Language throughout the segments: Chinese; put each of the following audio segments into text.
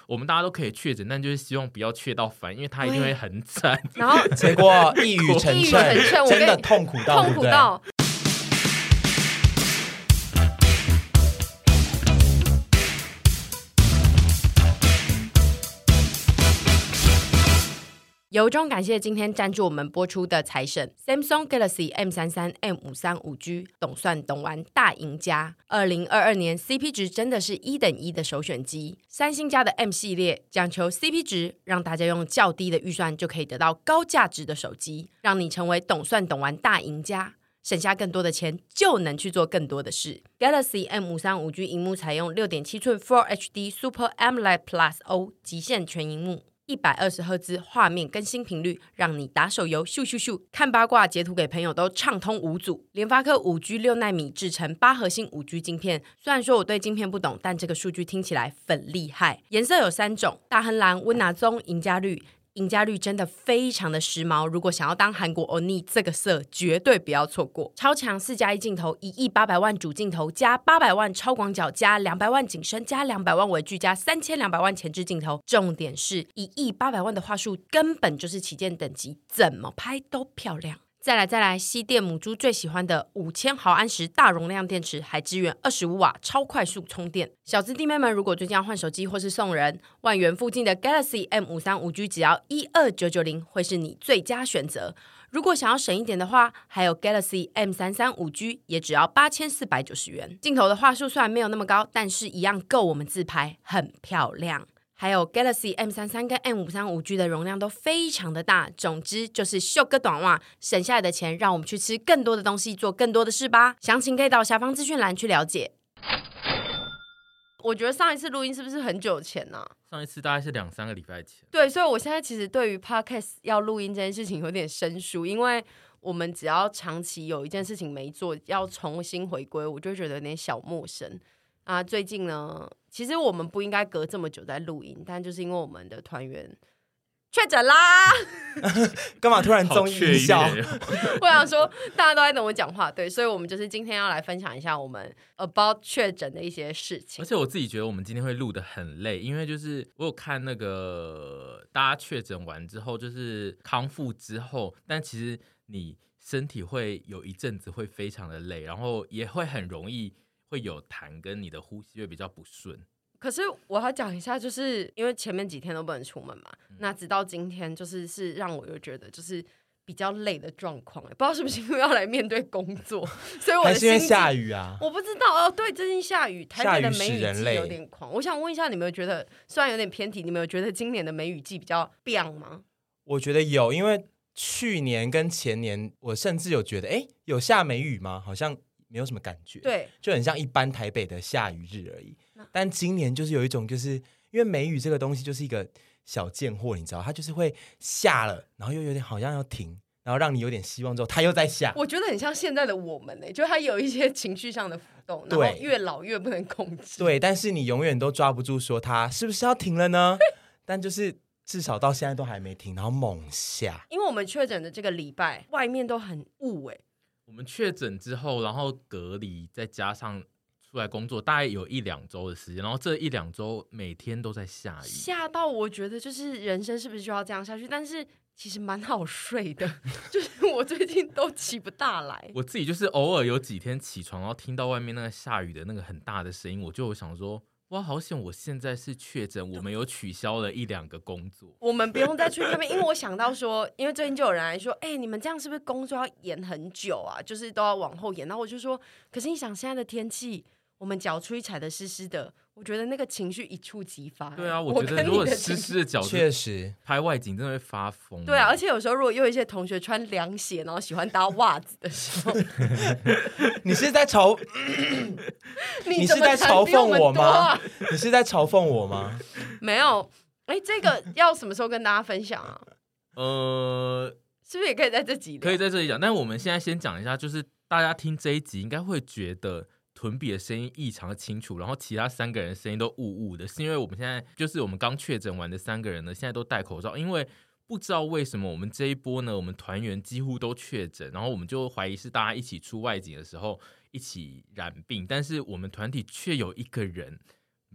我们大家都可以确诊，但就是希望不要确到烦，因为他一定会很惨。 然后结果一语成谶，真的痛苦到， 痛苦到。由衷感谢今天赞助我们播出的财神 Samsung Galaxy M33 M53 5G 懂算懂玩大赢家。2022年 CP 值真的是1等1的首选机，三星家的 M 系列讲求 CP 值，让大家用较低的预算就可以得到高价值的手机，让你成为懂算懂玩大赢家，省下更多的钱就能去做更多的事。 Galaxy M53 5G 萤幕采用 6.7 寸 Full HD Super AMOLED Plus O 极限全萤幕，120赫兹画面更新频率，让你打手游咻咻咻，看八卦截图给朋友都畅通无阻。联发科 5G 6奈米制成8核心 5G 晶片，虽然说我对晶片不懂，但这个数据听起来很厉害。颜色有3种，大亨蓝、温拿棕、银加绿。银加绿真的非常的时髦，如果想要当韩国欧尼，这个色绝对不要错过。超强4+1镜头，1亿800万主镜头加800万超广角加200万景深加200万微距加3200万前置镜头，重点是1亿800万的画素根本就是旗舰等级，怎么拍都漂亮。再来，西电母猪最喜欢的5000毫安时大容量电池，还支援25瓦超快速充电。小资弟妹们，如果最近要换手机或是送人，万元附近的 Galaxy M53 5G 只要12990，会是你最佳选择。如果想要省一点的话，还有 Galaxy M33 5G 也只要8490元。镜头的画素虽然没有那么高，但是一样够我们自拍，很漂亮。还有 Galaxy M33 跟 M53 5G 的容量都非常的大，总之就是秀个短袜，省下来的钱让我们去吃更多的东西，做更多的事吧。详情可以到下方资讯栏去了解。我觉得上一次录音是不是很久前啊？ 上一次大概是2-3个礼拜前。 对，所以我现在其实对于 Podcast 要录音这件事情有点生疏，因为我们只要长期有一件事情没做，要重新回归，我就会觉得有点小陌生。啊，最近呢，其实我们不应该隔这么久在录音，但就是因为我们的团员确诊啦。 干嘛突然综艺一笑？ 我想说大家都在等我讲话，对，所以我们就是今天要来分享一下我们 about 确诊的一些事情。 而且我自己觉得我们今天会录得很累，因为就是我有看那个大家确诊完之后，就是康复之后，但其实你身体会有一阵子会非常的累，然后也会很容易会有痰，跟你的呼吸会比较不顺。 可是我要讲一下，就是因为前面几天都不能出门嘛，那直到今天是让我又觉得就是比较累的状况，不知道是不是因为要来面对工作，所以我的心情还是因为下雨啊？ 我不知道哦。对，最近下雨，台北的梅雨季有点狂。我想问一下，你们有觉得虽然有点偏题，你们有觉得今年的梅雨季比较棒吗？ 我觉得有，因为去年跟前年，我甚至有觉得，有下梅雨吗？好像没有什么感觉， 对， 就很像一般台北的下雨日而已。但今年就是有一种，就是因为梅雨这个东西就是一个小贱货，你知道，它就是会下了，然后又有点好像要停，然后让你有点希望之后，它又在下。 我觉得很像现在的我们就它有一些情绪上的浮动，然后越老越不能控制。 对，但是你永远都抓不住说它是不是要停了呢？但就是至少到现在都还没停，然后猛下。 因为我们确诊的这个礼拜，外面都很雾我们确诊之后，然后隔离，再加上出来工作，大概有1-2周的时间，然后这1-2周每天都在下雨， 下到我觉得就是人生是不是就要这样下去？但是其实蛮好睡的，就是我最近都起不大来。 我自己就是偶尔有几天起床，然后听到外面那个下雨的那个很大的声音，我就想说，哇，好险！我现在是确诊，我们有取消了1-2个工作， 我们不用再去那边，因为我想到说，因为最近就有人来说，你们这样是不是工作要延很久啊？就是都要往后延。然后我就说，可是你想现在的天气，我们脚出去踩的湿湿的，我觉得那个情绪一触即发。 对啊，我觉得如果湿湿的脚， 确实拍外景真的会发疯。 对啊，而且有时候如果又有一些同学穿凉鞋，然后喜欢搭袜子的时候， 你是在嘲你是在嘲讽我吗？你是在嘲讽我吗？ 没有，这个要什么时候跟大家分享啊？是不是也可以在这集？ 可以在这里讲，但是我们现在先讲一下，就是大家听这一集应该会觉得屯比的声音异常的清楚，然后其他3个人的声音都雾雾的，是因为我们现在就是我们刚确诊完的3个人呢，现在都戴口罩，因为不知道为什么我们这一波呢，我们团员几乎都确诊，然后我们就怀疑是大家一起出外景的时候一起染病，但是我们团体却有1个人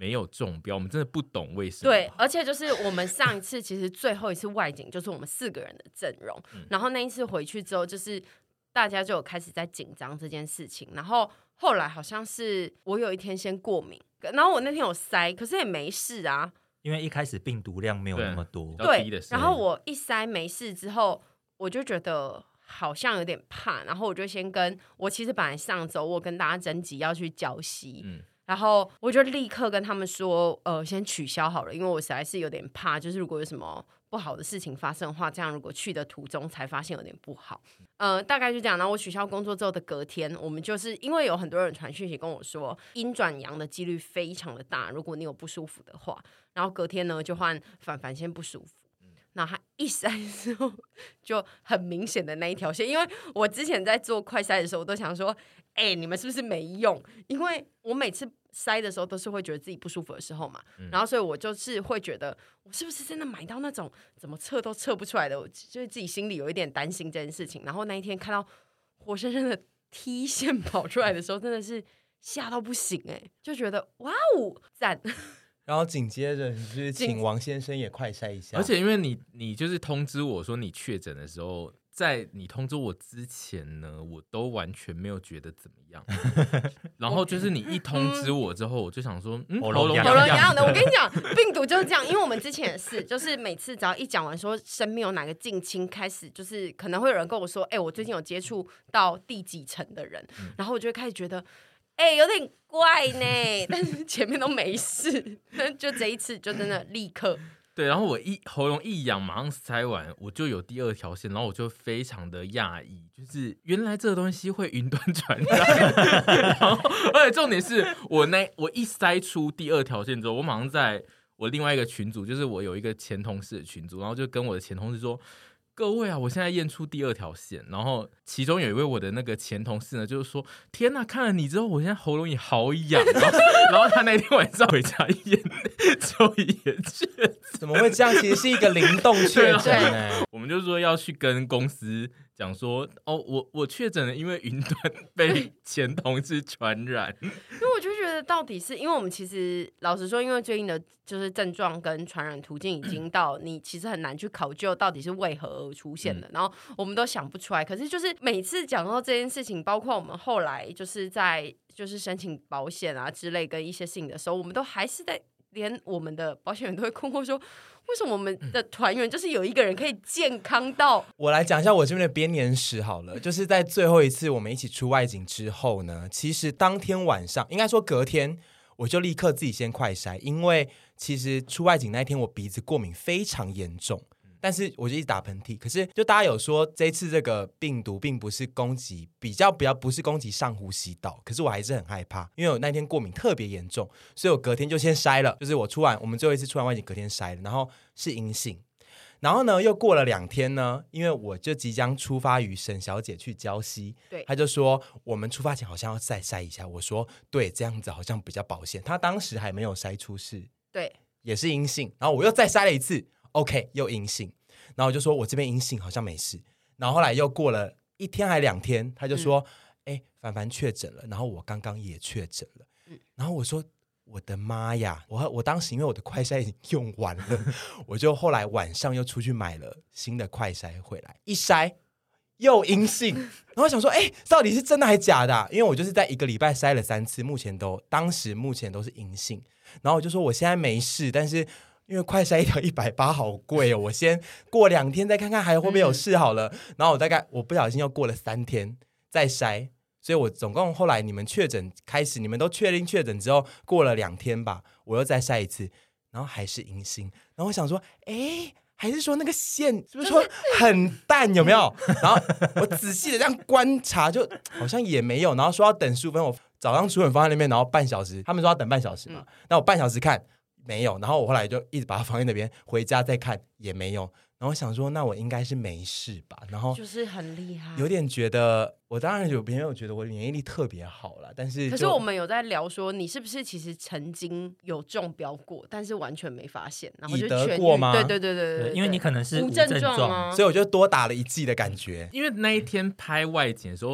没有中标，我们真的不懂为什么。 对，而且就是我们上一次其实最后一次外景就是我们4个人的阵容，然后那一次回去之后，就是大家就有开始在紧张这件事情，然后后来好像是我有一天先过敏，然后我那天有塞，可是也没事啊， 因为一开始病毒量没有那么多， 对，然后我一塞没事之后，我就觉得好像有点怕，然后我就先跟我其实本来上周我跟大家征集要去礁溪，然后我就立刻跟他们说，先取消好了，因为我实在是有点怕，就是如果有什么不好的事情发生的话，这样如果去的途中才发现有点不好，大概就这样。然后我取消工作之后的隔天，我们就是因为有很多人传讯息跟我说，阴转阳的几率非常的大，如果你有不舒服的话，然后隔天呢就换凡先不舒服。那他一筛之后就很明显的那一条线，因为我之前在做快筛的时候，我都想说，你们是不是没用？因为我每次筛的时候都是会觉得自己不舒服的时候嘛，然后所以我就是会觉得，我是不是真的买到那种怎么测都测不出来的，我就是自己心里有一点担心这件事情。然后那一天看到活生生的 T 线跑出来的时候，真的是吓到不行就觉得哇哦赞。 然后紧接着就是请王先生也快筛一下， 而且因为你就是通知我说你确诊的时候，在你通知我之前呢，我都完全没有觉得怎么样。然后就是你一通知我之后，我就想说，喉咙痒痒的。我跟你讲，病毒就是这样，因为我们之前也是，就是每次只要一讲完说身边有哪个近亲开始，就是可能会有人跟我说，我最近有接触到第几层的人，然后我就会开始觉得。有点怪呢，但是前面都没事，就这一次就真的立刻对，然后我喉咙一痒，马上塞完，我就有第2条线，然后我就非常的讶异，就是原来这个东西会云端传染。然后，而且重点是我一塞出第2条线之后，我马上在我另外一个群组，就是我有一个前同事的群组，然后就跟我的前同事说。各位啊，我现在验出第2条线，然后其中有一位我的那个前同事呢，就是说天哪，看了你之后，我现在喉咙也好痒，然后他那天晚上回家验就也确诊， 怎么会这样？其实是一个灵动确诊我们就说要去跟公司讲说，我确诊了，因为云端被前同事传染。 因为我就觉得到底是因为我们其实老实说，因为最近的就是症状跟传染途径已经到你其实很难去考究到底是为何而出现的，然后我们都想不出来。可是就是每次讲到这件事情，包括我们后来就是在就是申请保险啊之类跟一些事情的时候，我们都还是在连我们的保险员都会困惑说，为什么我们的团员就是有一个人可以健康到？ 我来讲一下我这边的编年史好了，就是在最后一次我们一起出外景之后呢，其实当天晚上，应该说隔天，我就立刻自己先快筛，因为其实出外景那一天我鼻子过敏非常严重。但是我就一直打喷嚏，可是就大家有说这一次这个病毒并不是攻击，比较不是攻击上呼吸道，可是我还是很害怕，因为我那天过敏特别严重，所以我隔天就先筛了，就是我们最后一次出完外景隔天筛了，然后是阴性，然后呢又过了2天呢，因为我就即将出发与沈小姐去礁溪，她就说我们出发前好像要再筛一下，我说对，这样子好像比较保险，她当时还没有筛出是， 对， 也是阴性，然后我又再筛了一次。OK， 又阴性，然后我就说我这边阴性好像没事，然后后来又过了1天还2天，他就说凡确诊了，然后我刚刚也确诊了，然后我说我的妈呀，我当时因为我的快筛已经用完了，我就后来晚上又出去买了新的快筛回来，一筛又阴性，然后想说到底是真的还假的因为我就是在1个礼拜筛了3次，当时目前都是阴性，然后我就说我现在没事，但是因为快筛一条180好贵我先过2天再看看还会不会有事好了，然后我不小心又过了3天再筛，所以我总共后来你们确诊开始，你们都确定确诊之后过了2天吧，我又再筛一次，然后还是阴性，然后我想说还是说那个线是不是说很淡有没有？然后我仔细的这样观察，就好像也没有，然后说要等15分，我早上出门放在那边，然后半小时，他们说要等半小时嘛，那我半小时看没有，然后我后来就一直把它放在那边，回家再看也没有，然后我想说那我应该是没事吧，然后就是很厉害， 有点觉得我当然有别人有觉得我免疫力特别好了，但是可是我们有在聊说你是不是其实曾经有中标过，但是完全没发现，然后就得过吗？ 对， 因为你可能是无症状啊， 所以我就多打了1剂的感觉。 因为那一天拍外景的时候，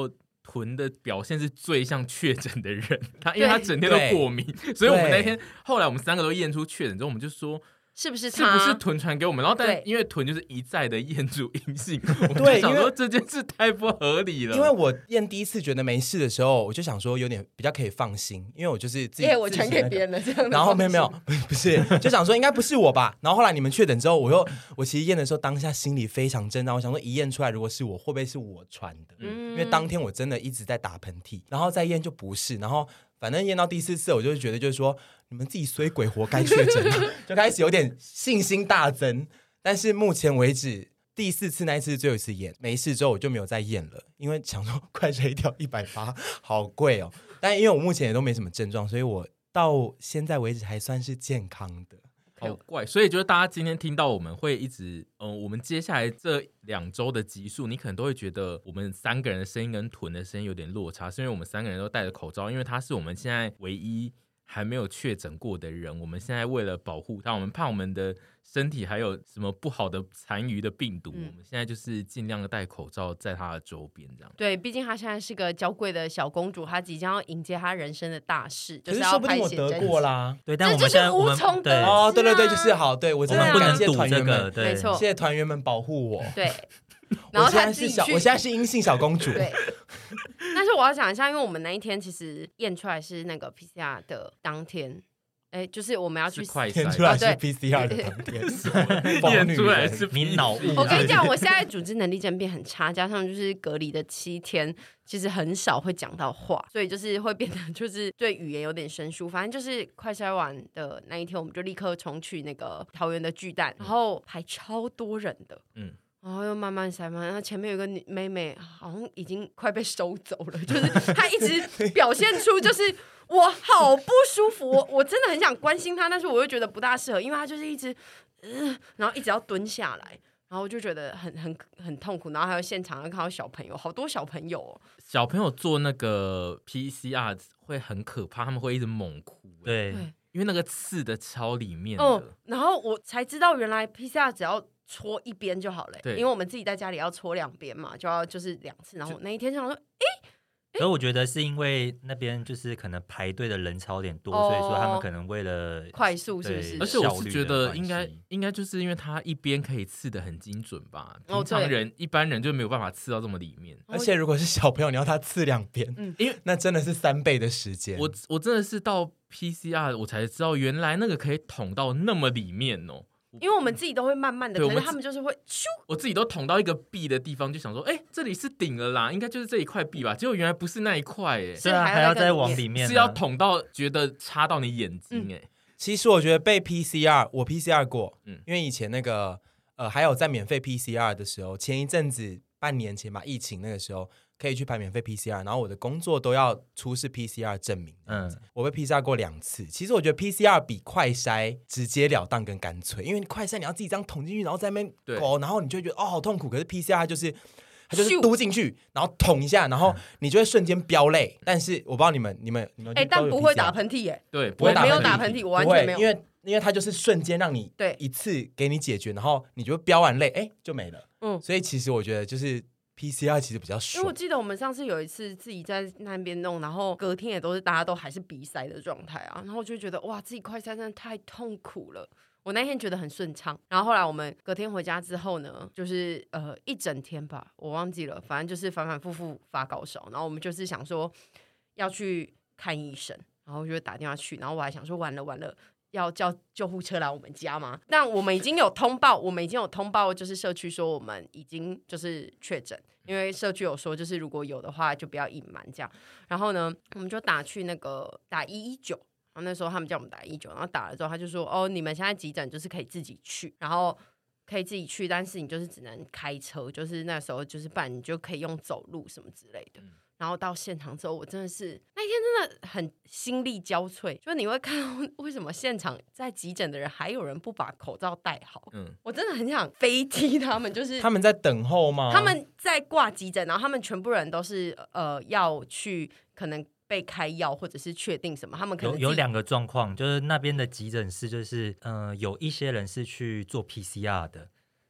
臀的表现是最像确诊的人，因为他整天都过敏，所以我们那天后来我们3个都验出确诊之后，我们就说。 是不是臀传给我们？然后但因为臀就是一再的验出阴性，我们就想说这件事太不合理了。 因为我验第一次觉得没事的时候，我就想说有点比较可以放心，因为我就是自己我传给别人了这样。 然后没有不是，就想说应该不是我吧。然后后来你们确诊之后，我其实验的时候当下心里非常震荡，我想说一验出来如果是我，会不会是我传的？因为当天我真的一直在打喷嚏，然后再验就不是，然后反正验到第4次，我就觉得就是说。你们自己衰鬼活该确诊就开始有点信心大增。但是目前为止第4次那一次是最后一次验，没事之后我就没有再验了，因为想说快筛一条180好贵哦。但因为我目前也都没什么症状，所以我到现在为止还算是健康的。 好怪，所以就是大家今天听到我们会一直我们接下来这2周的集数，你可能都会觉得我们3个人的声音跟臀的声音有点落差，是因为我们3个人都戴着口罩，因为他是我们现在唯一还没有确诊过的人，我们现在为了保护他，我们怕我们的身体还有什么不好的残余的病毒，我们现在就是尽量的戴口罩在他的周边这样。 对，毕竟他现在是个娇贵的小公主，她即将要迎接她人生的大事， 可就是要说不定我得过啦。 对，但我们现在无从得知哦，对，就是好，对我真的不感谢能赌这团员们， 个，对， 没错， 谢谢团员们保护我。 对。然后他我现在是阴性小公主。 对，但是我要讲一下，因为我们那一天其实验出来是那个 PCR 的当天，就是我们要去验出来是 PCR 的当天， 验出来是你脑雾。 我跟你讲，我现在组织能力真变很差，加上就是隔离的7天，其实很少会讲到话，所以就是会变得就是对语言有点生疏。反正就是快筛完的那一天，我们就立刻冲去那个桃园的巨蛋，然后排超多人的，然后又慢慢塞嘛，然后前面有个女妹妹好像已经快被收走了，就是她一直表现出就是我好不舒服，我真的很想关心她，但是我又觉得不大适合，因为她就是一直然后一直要蹲下来，然后我就觉得很痛苦，然后还有现场看到小朋友，好多小朋友哦， 小朋友做那个 PCR 会很可怕，他们会一直猛哭， 对， 因为那个刺的超里面的， 然后我才知道原来 PCR 只要戳一边就好了，因为我们自己在家里要戳2边嘛，就是2次。然后我那一天就想说， 所以我觉得是因为那边就是可能排队的人潮有点多，所以说他们可能为了快速是不是？ 而且我是觉得应该就是因为它一边可以刺得很精准吧，平常一般人就没有办法刺到这么里面。 而且如果是小朋友，你要他刺2边，因为那真的是3倍的时间。 我真的是到 PCR 我才知道，原来那个可以捅到那么里面哦。 因为我们自己都会慢慢的，可是他们就是会咻， 我自己都捅到一个壁的地方，就想说，这里是顶了啦，应该就是这一块壁吧，结果原来不是那一块， 是啊，还要再往里面， 是要捅到觉得插到你眼睛， 其实我觉得被 PCR， 我 PCR 过，因为以前那个还有在免费 PCR 的时候，前一阵子半年前吧，疫情那个时候。可以去排免费 PCR， 然后我的工作都要出示 PCR 证明。我被 PCR 过2次。其实我觉得 PCR 比快筛直截了当跟干脆，因为快筛你要自己这样捅进去，然后在那边勾，然后你就会觉得好痛苦。可是 PCR 它就是嘟进去，然后捅一下，然后你就会瞬间飙泪。但是我不知道你们但不会打喷嚏耶， 对， 不会没有打喷嚏，我完全没有， 因为它就是瞬间让你一次给你解决，然后你就会飙完泪，就没了。所以其实我觉得就是。PCR 其实比较爽， 因为我记得我们上次有一次自己在那边弄，然后隔天也都是大家都还是鼻塞的状态啊，然后我就觉得哇，自己快筛真的太痛苦了。我那天觉得很顺畅，然后后来我们隔天回家之后呢，就是一整天吧，我忘记了，反正就是反反复复发高烧，然后我们就是想说要去看医生，然后就打电话去，然后我还想说完了。要叫救护车来我们家吗？但我们已经有通报，就是社区说我们已经就是确诊，因为社区有说就是如果有的话就不要隐瞒这样。然后呢，我们就打去那个打119，然后那时候他们叫我们打119，然后打了之后他就说你们现在急诊就是可以自己去，然后可以自己去，但是你就是只能开车，就是那时候就是不然你就可以用走路什么之类的。然后到现场之后，我真的是那天真的很心力交瘁，就你会看到为什么现场在急诊的人还有人不把口罩戴好。我真的很想飞踢他们，就是他们在等候吗？ 他们在挂急诊，然后他们全部人都是要去可能被开药或者是确定什么，他们可能有2个状况，就是那边的急诊室就是有一些人是去做 PCR 的。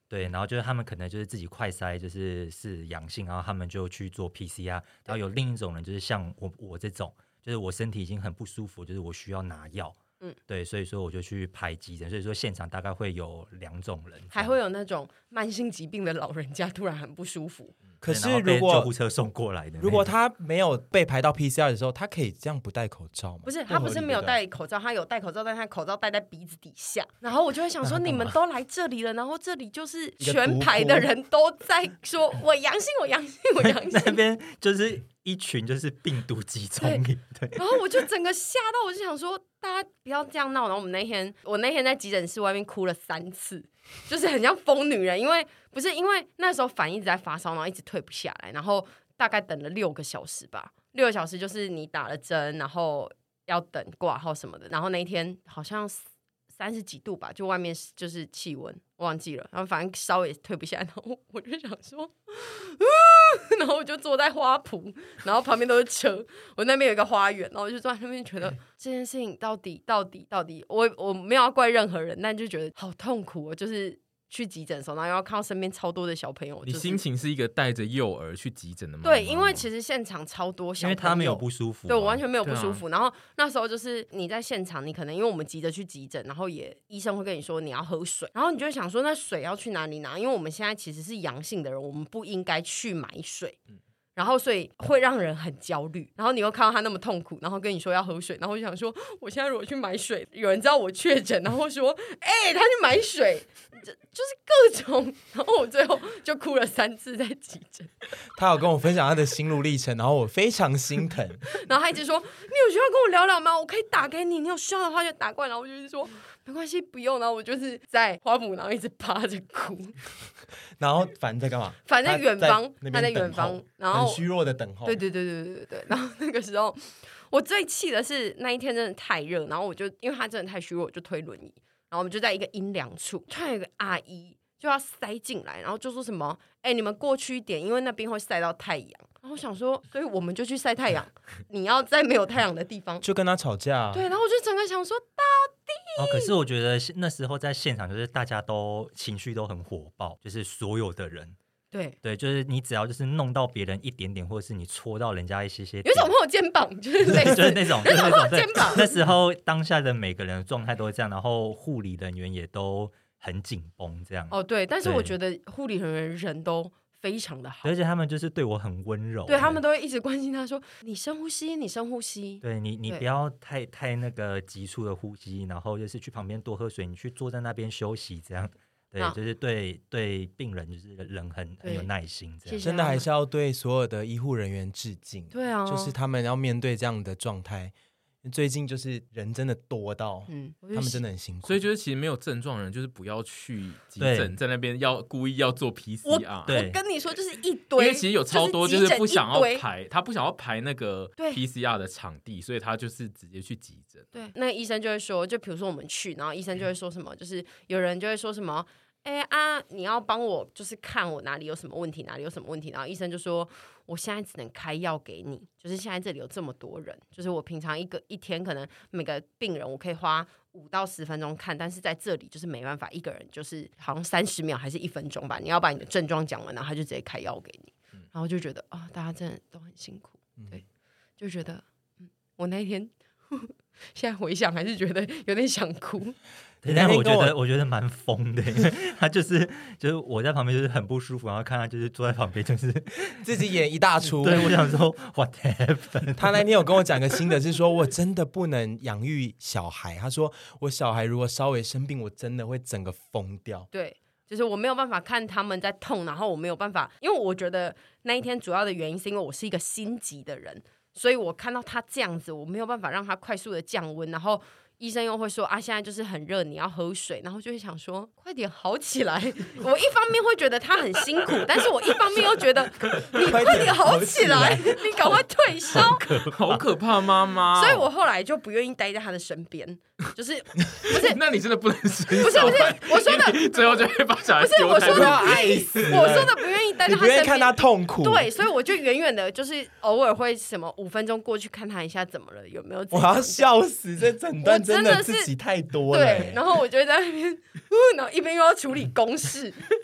对，然后就是他们可能就是自己快筛是阳性，然后他们就去做 PCR， 然后有另一种人就是像我这种，就是我身体已经很不舒服，就是我需要拿药。对，所以说我就去排急诊，所以说现场大概会有2种人， 还会有那种慢性疾病的老人家突然很不舒服。 可是然后被如果救护车送过来的， 如果他没有被排到 PCR 的时候，他可以这样不戴口罩吗？ 不是，他不是没有戴口罩，他有戴口罩，但他口罩戴在鼻子底下。然后我就会想说，你们都来这里了，然后这里就是全排的人都在说我阳性，我阳性，我阳性， 那边就是一群就是病毒集中营，对。 然后我就整个吓到，我就想说，大家不要这样闹。然后我那天在急诊室外面哭了3次，就是很像疯女人，因为那时候反应一直在发烧，然后一直退不下来，然后大概等了6个小时吧。6个小时就是你打了针，然后要等挂号什么的。然后那一天好像30几度吧，就外面就是气温忘记了，然后反正烧也退不下来。然后我就想说，然后我就坐在花圃，然后旁边都是车，我那边有一个花园，然后我就坐在那边觉得这件事情到底，我没有要怪任何人，但就觉得好痛苦哦，就是去急诊的时候，然后要看到身边超多的小朋友， 你心情是一个带着幼儿去急诊的吗？ 对，因为其实现场超多小朋友， 因为他没有不舒服， 对，我完全没有不舒服。然后那时候就是你在现场，你可能因为我们急着去急诊，然后医生会跟你说你要喝水，然后你就会想说那水要去哪里拿？因为我们现在其实是阳性的人，我们不应该去买水。然后所以会让人很焦虑，然后你又看到他那么痛苦，然后跟你说要喝水，然后我就想说我现在如果去买水，有人知道我确诊，然后说他去买水，就是各种，然后我最后就哭了3次在急诊。 他有跟我分享他的心路历程，然后我非常心疼。 然后他一直说你有需要跟我聊聊吗？我可以打给你，你有需要的话就打过来。然后我就是说没关系，不用。然后我就是在花圃，然后一直趴着哭。 然后反正在干嘛？ 反正远方，他在远方，然后很虚弱的等候。 对。然后那个时候，我最气的是那一天真的太热，然后我就因为他真的太虚弱，我就推轮椅，然后我们就在一个阴凉处，突然有个阿姨就要塞进来，然后就说什么你们过去一点，因为那边会晒到太阳。然后我想说，所以我们就去晒太阳，你要在没有太阳的地方， 就跟他吵架。 对，然后我就整个想说可是我觉得那时候在现场就是大家都情绪都很火爆，就是所有的人。对，就是你只要就是弄到别人一点点，或者是你戳到人家一些有种碰我肩膀，就是类似就是那种肩膀。 那时候当下的每个人的状态都是这样，然后护理人员也都很紧绷这样。 对，但是我觉得护理人员人都非常的好， 而且他们就是对我很温柔， 对，他们都会一直关心他说你深呼吸，你深呼吸， 对你不要太那个急促的呼吸，然后就是去旁边多喝水，你去坐在那边休息这样。对，就是对病人就是人很有耐心这样。 真的还是要对所有的医护人员致敬。 对啊， 就是他们要面对这样的状态。最近就是人真的多到，他们真的很辛苦， 所以就是其实没有症状的人，就是不要去急诊，在那边故意要做 PCR。 我跟你说，就是一堆， 因为其实有超多就是不想要排，他不想要排那个 PCR 的场地，所以他就是直接去急诊。 对，那个医生就会说，就比如说我们去，然后医生就会说什么，就是有人就会说什么。你要帮我就是看我哪里有什么问题，哪里有什么问题，然后医生就说我现在只能开药给你，就是现在这里有这么多人，就是我平常一天可能每个病人我可以花5到10分钟看，但是在这里就是没办法，一个人就是好像30秒还是1分钟吧，你要把你的症状讲完，然后他就直接开药给你，然后就觉得大家真的都很辛苦，对，就觉得我那一天现在回想还是觉得有点想哭。 但我觉得蛮疯的，因为他就是我在旁边就是很不舒服，然后看他就是坐在旁边就是自己演一大出。 对，我想说 what happened？ 他那天有跟我讲个新的是说，我真的不能养育小孩。他说我小孩如果稍微生病，我真的会整个疯掉。 对，就是我没有办法看他们在痛，然后我没有办法，因为我觉得那一天主要的原因是因为我是一个心急的人，所以我看到他这样子，我没有办法让他快速的降温，然后医生又会说现在就是很热，你要喝水，然后就会想说快点好起来。我一方面会觉得他很辛苦，但是我一方面又觉得你快点好起来，你赶快退烧， 好可怕妈妈。 所以我后来就不愿意待在他的身边，就是不是？ 那你真的不能伸手， 不是我说的， 最后就会把小孩丢在路上，爱死了。 我说的不愿意待在他身边， 你不愿意看他痛苦， 对，所以我就远远的，就是偶尔会什么5分钟过去看他一下怎么了，有没有？ 我要笑死，这整段真的自己太多了。 对，然后我就在那边，然后一边又要处理公事，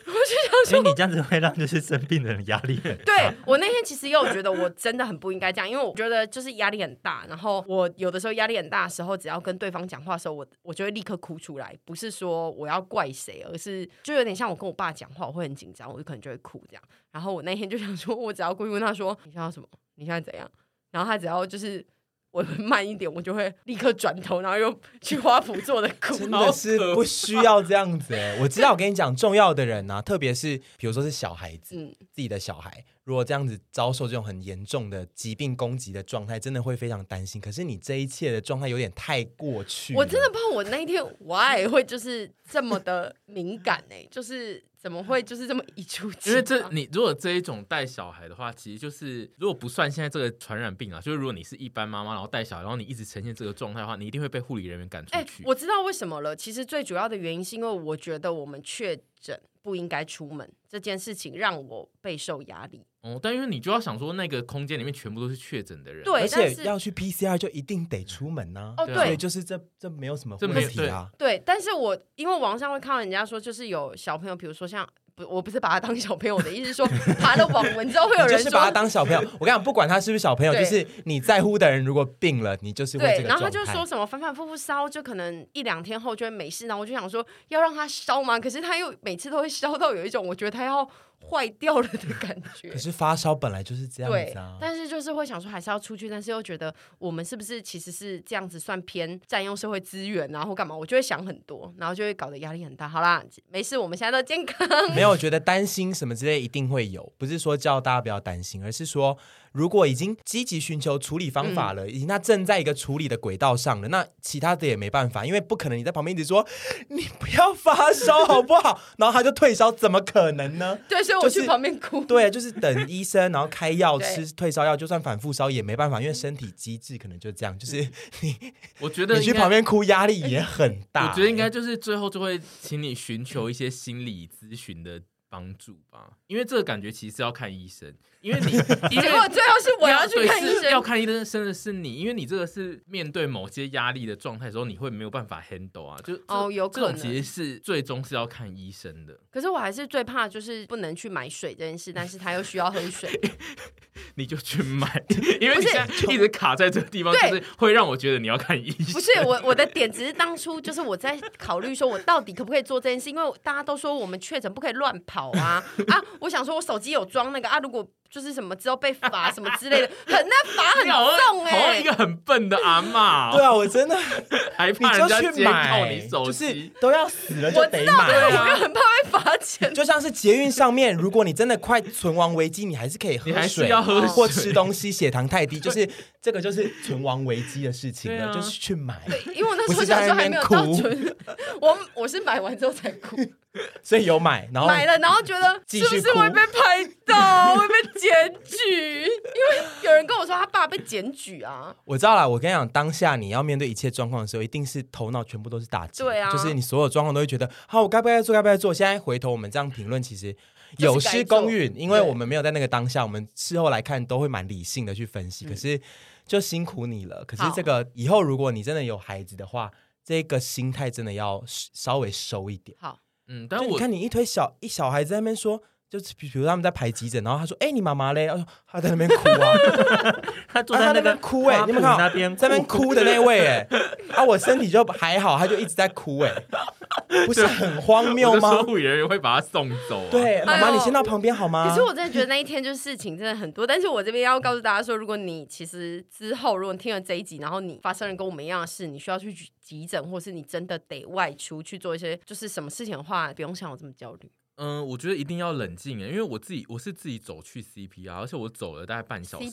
因为你这样子会让就是生病的人压力很大。 对，我那天其实也有觉得我真的很不应该这样，因为我觉得就是压力很大，然后我有的时候压力很大的时候，只要跟对方讲话的时候，我就会立刻哭出来，不是说我要怪谁，而是就有点像我跟我爸讲话，我会很紧张，我就可能就会哭这样。然后我那天就想说，我只要过去问他说你现在要什么，你现在怎样，然后他只要就是我慢一点，我就会立刻转头，然后又去花圃做的哭。 真的是不需要这样子我知道，我跟你讲，重要的人啊，特别是比如说是小孩子，自己的小孩，如果这样子遭受这种很严重的疾病攻击的状态，真的会非常担心。可是你这一切的状态有点太过去了， 我真的不知道我那一天 why 会就是这么的敏感就是怎么会就是这么一触即发？ 因为你如果这一种带小孩的话，其实就是如果不算现在这个传染病啊，就是如果你是一般妈妈，然后带小孩，然后你一直呈现这个状态的话，你一定会被护理人员赶出去。 我知道为什么了。其实最主要的原因是因为我觉得我们确诊不应该出门这件事情让我备受压力。 但因为你就要想说，那个空间里面全部都是确诊的人， 对， 而且要去 PCR 就一定得出门对， 所以就是这没有什么问题啊。 对，但是我因为网上会看到人家说，就是有小朋友，比如说像。我不是把他当小朋友，我的意思是说，爬了网文之后会有人说， 就是把他当小朋友。我跟你讲，不管他是不是小朋友，就是你在乎的人，如果病了，你就是会这个状态。 然后他就说什么反反复复烧，就可能1-2天后就会没事。然后我就想说，要让他烧吗？可是他又每次都会烧到有一种我觉得他要坏掉了的感觉。 可是发烧本来就是这样子啊。 但是就是会想说还是要出去，但是又觉得我们是不是其实是这样子算偏占用社会资源啊，或干嘛？我就会想很多，然后就会搞得压力很大。好啦，没事，我们现在都健康。 没有，我觉得担心什么之类一定会有，不是说叫大家不要担心，而是说如果已经积极寻求处理方法了，已经他正在一个处理的轨道上了，那其他的也没办法，因为不可能你在旁边一直说你不要发烧好不好，然后他就退烧，怎么可能呢？ 对，所以我去旁边哭。 对，就是等医生，然后开药吃退烧药，就算反复烧也没办法，因为身体机制可能就这样，就是我觉得你去旁边哭压力也很大。 我觉得应该就是最后就会请你寻求一些心理咨询的帮助吧，因为这个感觉其实要看医生，因为结果最后是我要去看医生， 要看医生的是你，因为你这个是面对某些压力的状态的时候，你会没有办法 handle 啊，就有可能这种其实是最终是要看医生的。 可是我还是最怕就是不能去买水这件事，但是他又需要喝水。 你就去买，因为你现在一直卡在这个地方，就是会让我觉得你要看医生。 不是我的点只是当初就是我在考虑说我到底可不可以做这件事，因为大家都说我们确诊不可以乱跑啊，我想说我手机有装那个如果就是什么之后被罚什么之类的，那罚很重好像一个很笨的阿嬷。 对啊，我真的还怕人家监控你手机， 就是都要死了就得买我就很怕被罚钱。 就像是捷运上面，如果你真的快存亡危机，你还是可以喝水， 你还是要喝水或吃东西，血糖太低，就是这个就是存亡危机的事情了，就是去买。 对，因为我那时候想说还没有到存，我是买完之后才哭。 所以有买，然后买了，然后觉得是不是会被拍到，会被检举？因为有人跟我说他爸被检举啊。 我知道了，我跟你讲，当下你要面对一切状况的时候，一定是头脑全部都是打结。 对啊， 就是你所有状况都会觉得，好，我该不该做，该不该做？现在回头我们这样评论，其实有失公允，因为我们没有在那个当下，我们事后来看都会蛮理性的去分析。可是就辛苦你了。可是这个以后如果你真的有孩子的话，这个心态真的要稍微收一点。 好。 但你看你一堆小孩子在那边说，就是比如他们在排急诊，然后他说：“你妈妈嘞？”他在那边哭啊， 他坐在那边哭你们看那边在那边哭的那位我身体就还好，他就一直在哭不是很荒谬吗？ 护理人员会把他送走。 对，妈妈你先到旁边好吗？ 可是我真的觉得那一天就是事情真的很多，但是我这边要告诉大家说，如果你其实之后如果你听了这一集，然后你发生了跟我们一样的事，你需要去急诊，或是你真的得外出去做一些就是什么事情的话，不用像我这么焦虑。 我觉得一定要冷静因为我是自己走去 CPR， 而且我走了大概半小时。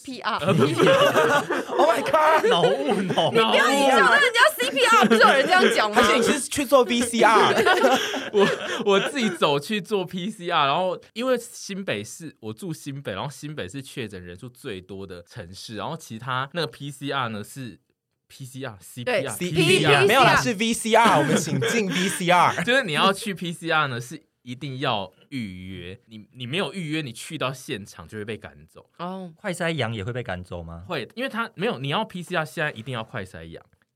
CPR，Oh my god， 脑雾， 你不要影响到人家 CPR， 不是有人这样讲吗？ 而且你是去做 VCR， 我自己走去做 PCR， 然后因为新北市我住新北，然后新北是确诊人数最多的城市，然后其他那个 PCR 呢是。CPR 没有啦，是 VCR， 我们请进 VCR， 就是你要去 PCR 呢，是一定要预约，你没有预约，你去到现场就会被赶走。 快筛阳也会被赶走吗？ 会，因为他没有，你要 PCR 现在一定要快筛阳，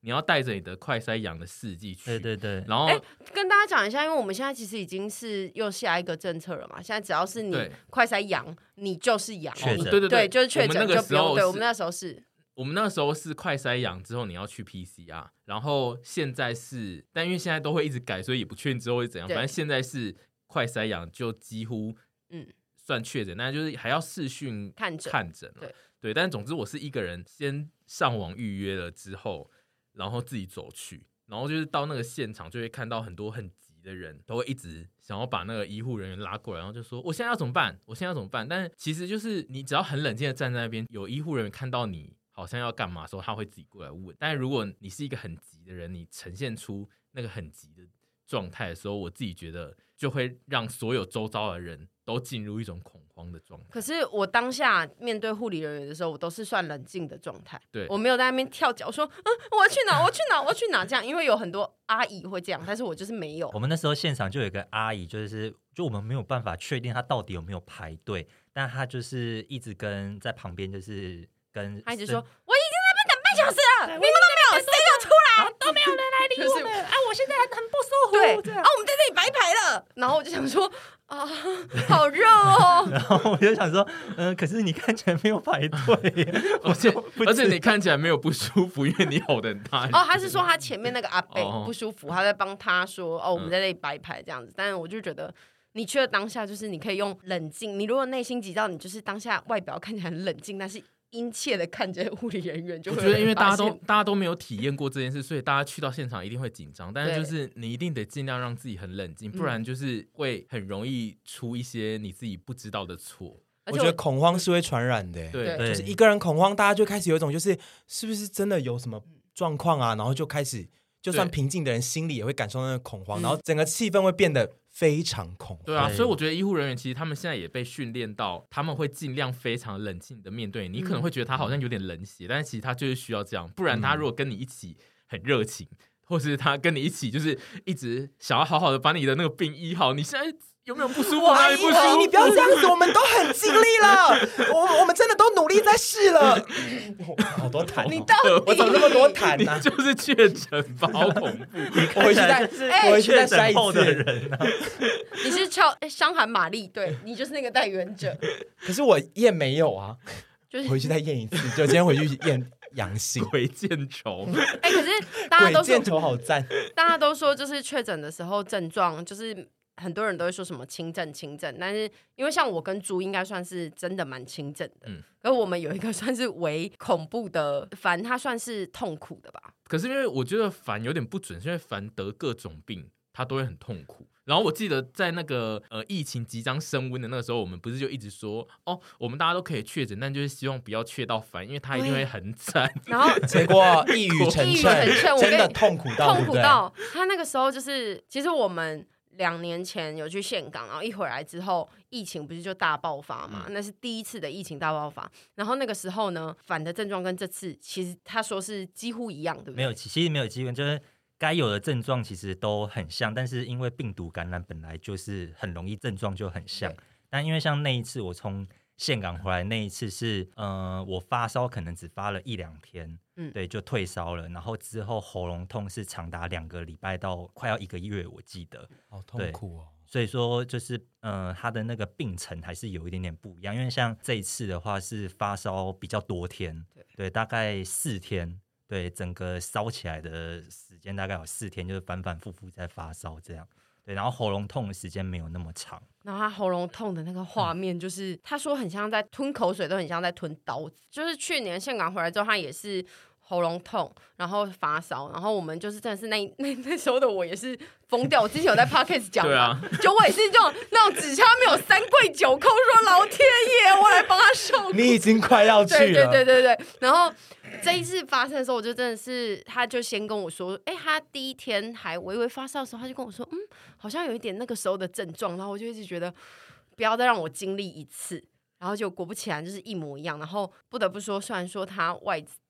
你要带着你的快筛阳的试剂去。 对对对。 然后跟大家讲一下，因为我们现在其实已经是又下一个政策了嘛，现在只要是你快筛阳，你就是阳， 确诊对，就是确诊就不用。对，我们那时候是。 我们那时候是快筛阳之后你要去 PCR， 然后现在是，但因为现在都会一直改，所以也不确定之后会怎样。反正现在是快筛阳就几乎算确诊，但就是还要视讯看诊。对，但总之我是一个人先上网预约了之后，然后自己走去，然后就是到那个现场就会看到很多很急的人都会一直想要把那个医护人员拉过来，然后就说我现在要怎么办？我现在要怎么办？但是其实就是你只要很冷静的站在那边，有医护人员看到你好像要干嘛的时候，他会自己过来问。但是如果你是一个很急的人，你呈现出那个很急的状态的时候，我自己觉得就会让所有周遭的人都进入一种恐慌的状态。 可是我当下面对护理人员的时候，我都是算冷静的状态。 对， 我没有在那边跳脚说我要去哪，我要去哪，我要去哪这样，因为有很多阿姨会这样，但是我就是没有。 我们那时候现场就有一个阿姨，就我们没有办法确定她到底有没有排队，但她就是一直在旁边就是跟她一直说我已经在那边等半小时了，你们都没有，谁有出来， 都没有人来理我们、我现在很不舒服。 对，我们在这里白排了。然后我就想说好热哦。 然后我就想说可是你看起来没有排队而且你看起来没有不舒服，因为你吼得很大。 他是说他前面那个阿伯不舒服，他在帮他说我们在这里白排这样子。但是我就觉得你去了当下，就是你可以用冷静，你如果内心急躁，你就是当下外表看起来很冷静，但是殷切的看着护理人员，就会我觉得因为大家都没有体验过这件事，所以大家去到现场一定会紧张。但是就是你一定得尽量让自己很冷静，不然就是会很容易出一些你自己不知道的错。 我觉得恐慌是会传染的。 对， 就是一个人恐慌，大家就开始有一种就是是不是真的有什么状况啊，然后就开始就算平静的人心里也会感受到那个恐慌，然后整个气氛会变得非常恐慌。 对啊，所以我觉得医护人员其实他们现在也被训练到，他们会尽量非常冷静的面对你。可能会觉得他好像有点冷血，但是其实他就是需要这样，不然他如果跟你一起很热情，或是他跟你一起就是一直想要好好的把你的那个病医好，你现在有没有不舒服？哪里不舒服？ 你不要这样子，我们都很尽力了，我们真的都努力在试了。好多痰， 你到底我怎么那么多痰啊？ 你就是确诊吧，好恐怖！ 我回去再筛一次的人啊。 你是伤寒玛丽，对，你就是那个带源者。 可是我验没有啊， 就是回去再验一次，就今天回去验阳性。 鬼见愁。 可是大家都说鬼见愁好赞， 大家都说就是确诊的时候症状就是很多人都会说什么轻症，但是因为像我跟猪应该算是真的蛮轻症的，可是我们有一个算是为恐怖的凡，他算是痛苦的吧。 可是因为我觉得凡有点不准，因为凡得各种病他都会很痛苦。然后我记得在那个疫情即将升温的那个时候，我们不是就一直说我们大家都可以确诊，但就是希望不要确到凡，因为他一定会很惨。 然后结果一语成谶，真的痛苦到他那个时候就是其实我们2年前有去岘港，然后一回来之后疫情不是就大爆发嘛，那是第一次的疫情大爆发。然后那个时候呢，凡的症状跟这次其实他说是几乎一样，对不对？ 没有，其实没有机会，就是该有的症状其实都很像，但是因为病毒感染本来就是很容易症状就很像。但因为像那一次我从岘港回来那一次是我发烧可能只发了1-2天，对，就退烧了，然后之后喉咙痛是长达2个礼拜到快要1个月，我记得好痛苦哦。 所以说就是他的那个病程还是有一点点不一样，因为像这一次的话是发烧比较多天，对，大概4天，对，整个烧起来的时间大概有4天，就是反反复复在发烧这样。对，然后喉咙痛的时间没有那么长， 然后他喉咙痛的那个画面，就是他说很像在吞口水，都很像在吞刀子。就是去年岘港回来之后，他也是喉咙痛，然后发烧，然后我们就是真的是那时候的我也是疯掉。我之前有在 podcast 讲嘛，就我也是这种那种只差没有3跪9叩说老天爷，我来帮他受苦。 你已经快要去了， 对。然后这一次发生的时候，我就真的是，他就先跟我说，他第一天还微微发烧的时候，他就跟我说，好像有一点那个时候的症状，然后我就一直觉得不要再让我经历一次，然后就果不其然就是一模一样。然后不得不说，虽然说他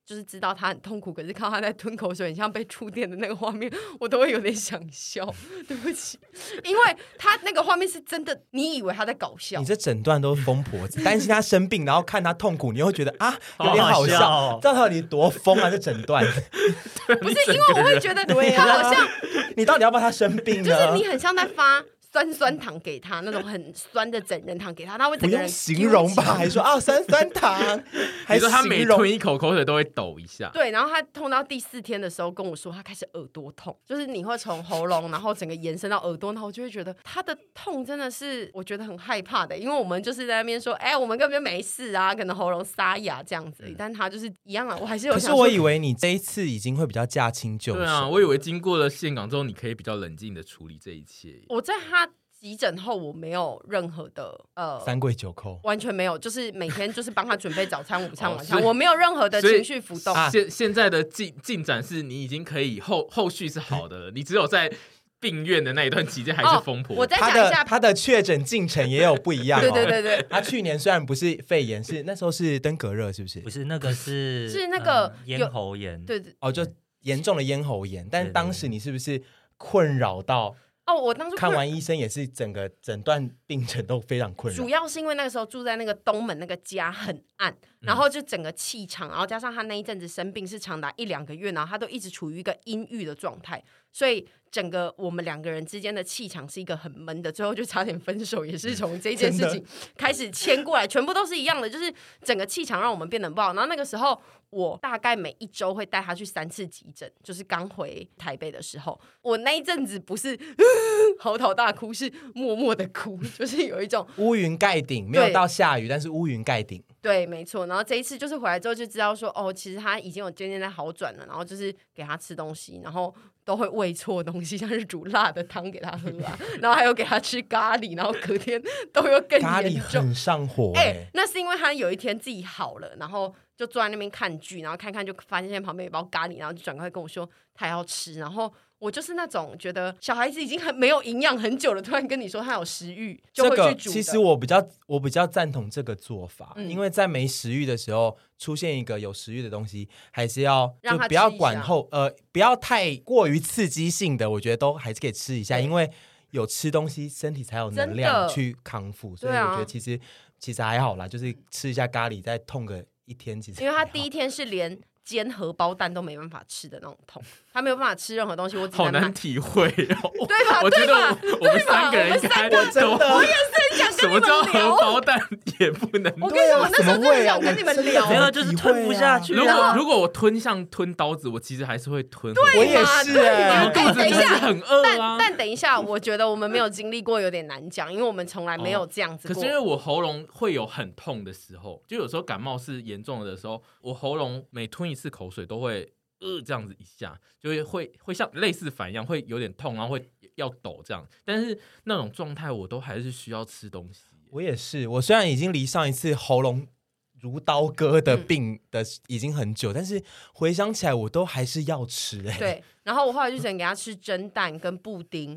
就是知道他很痛苦，可是看到他在吞口水很像被触电的那个画面，我都会有点想笑。对不起，因为他那个画面是真的，你以为他在搞笑。 你这整段都是疯婆子，担心他生病，然后看他痛苦，你会觉得啊有点好笑。 笑到底多疯啊！这整段不是因为我会觉得他好像， 你到底要不要他生病呢？ 就是你很像在发酸糖给他，那种很酸的整人糖给他，他会整个人不用形容吧？还说啊酸糖，还你说他形容每吞一口口水都会抖一下。 对，然后他痛到第4天的时候跟我说，他开始耳朵痛，就是你会从喉咙，然后整个延伸到耳朵，然后我就会觉得他的痛真的是我觉得很害怕的，因为我们就是在那边说，我们根本就没事啊，可能喉咙沙哑这样子，但他就是一样啊，我还是有想说。 可是我以为你这一次已经会比较驾轻就熟。 对啊，我以为经过了岘港之后，你可以比较冷静的处理这一切。 我在他急诊后，我没有任何的三跪九叩， 完全没有，就是每天就是帮他准备早餐、午餐、晚餐，我没有任何的情绪浮动。 现在的进展是你已经可以后续是好的了，你只有在病院的那一段期间还是疯婆。 我再讲一下他的确诊进程也有不一样。 对， 他去年虽然不是肺炎，是那时候是登革热，是不是？ 不是那个是那个咽喉炎， 对就严重的咽喉炎。但当时你是不是困扰到？ 我当初看完医生也是整段病程都非常困扰， 主要是因为那个时候住在那个东门那个家很暗，然后就整个气场，然后加上他那一阵子生病是长达1-2个月，然后他都一直处于一个阴郁的状态，所以整个我们2个人之间的气场是一个很闷的，最后就差点分手，也是从这件事情开始牵过来，全部都是一样的，就是整个气场让我们变得很不好。然后那个时候我大概每1周会带他去3次急诊，就是刚回台北的时候，我那一阵子不是嚎啕大哭，是默默的哭，就是有一种乌云盖顶，没有到下雨，但是乌云盖顶。 对，没错。然后这一次就是回来之后就知道说，其实他已经有渐渐在好转了，然后就是给他吃东西，然后都会喂错东西，像是煮辣的汤给他喝啊，然后还有给他吃咖喱，然后隔天都有更严重。 咖喱很上火那是因为他有一天自己好了，然后就坐在那边看剧，然后看看就发现旁边有一包咖喱，然后就转过来跟我说他要吃，然后我就是那种觉得小孩子已经很没有营养很久了，突然跟你说他有食欲，就会去煮的。 其实我比较赞同这个做法，因为在没食欲的时候出现一个有食欲的东西，还是要就不要管不要太过于刺激性的，我觉得都还是可以吃一下，因为有吃东西身体才有能量去康复，所以我觉得其实还好啦，就是吃一下咖喱再痛个1天，其实因为他第1天是连煎荷包蛋都没办法吃的那种痛，他没有办法吃任何东西，我只能好难体会哦。 对吧？ 我觉得我们3个人应该都， 我也是很想跟你们聊。什么叫荷包蛋也不能？ 我跟你说，我那时候真的想跟你们聊， 没有就是吞不下去。 如果我吞像吞刀子，我其实还是会吞。 对， 我也是肚子就是很饿啊。 但等一下，我觉得我们没有经历过，有点难讲，因为我们从来没有这样子过。 可是因为我喉咙会有很痛的时候，就有时候感冒是严重的时候，我喉咙每吞1次口水都会这样子一下，就会像类似反一样，会有点痛，然后会要抖这样。但是那种状态，我都还是需要吃东西。 我也是，我虽然已经离上一次喉咙如刀割的病的已经很久，但是回想起来，我都还是要吃。 对，然后我后来就只能给他吃蒸蛋跟布丁。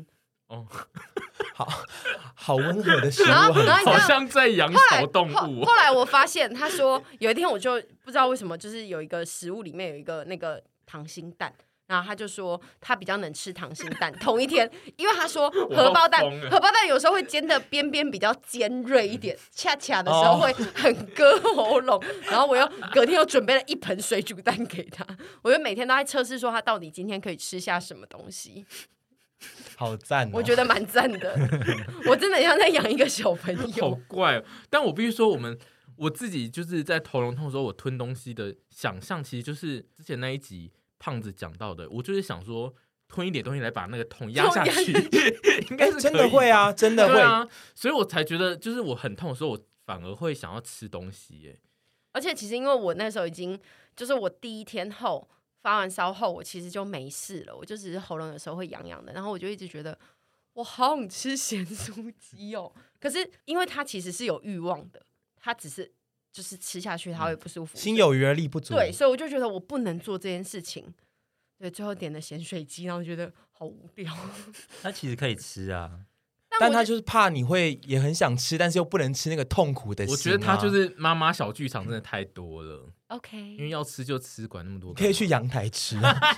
好温和的食物， 好像在养小动物。 后来我发现，他说有一天我就不知道为什么，就是有一个食物里面有一个那个溏心蛋，然后他就说他比较能吃溏心蛋。同一天，因为他说荷包蛋有时候会煎的边边比较尖锐一点，恰恰的时候会很割喉咙。然后我隔天又准备了1盆水煮蛋给他，我就每天都在测试说他到底今天可以吃下什么东西。 好赞我觉得蛮赞的。我真的像在养一个小朋友， 好怪哦。但我必须说，我自己就是在喉咙痛的时候，我吞东西的想象，其实就是之前那一集胖子讲到的，我就是想说吞一点东西来把那个痛压下去，应该是真的会啊，真的会啊。所以我才觉得，就是我很痛的时候，我反而会想要吃东西耶。 而且其实因为我那时候已经，就是我第1天后发完烧后，我其实就没事了，我就只是喉咙有时候会痒痒的，然后我就一直觉得我好想吃咸酥鸡哦。可是因为它其实是有欲望的，它只是就是吃下去它会不舒服， 心有余而力不足。 对，所以我就觉得我不能做这件事情。对，最后点了咸水鸡，然后觉得好无聊。 它其实可以吃啊。 但但他就是怕你会也很想吃，但是又不能吃那个痛苦的心、啊。 我觉得他就是妈妈小剧场真的太多了。 OK， 因为要吃就吃，管那么多。 可以去阳台吃。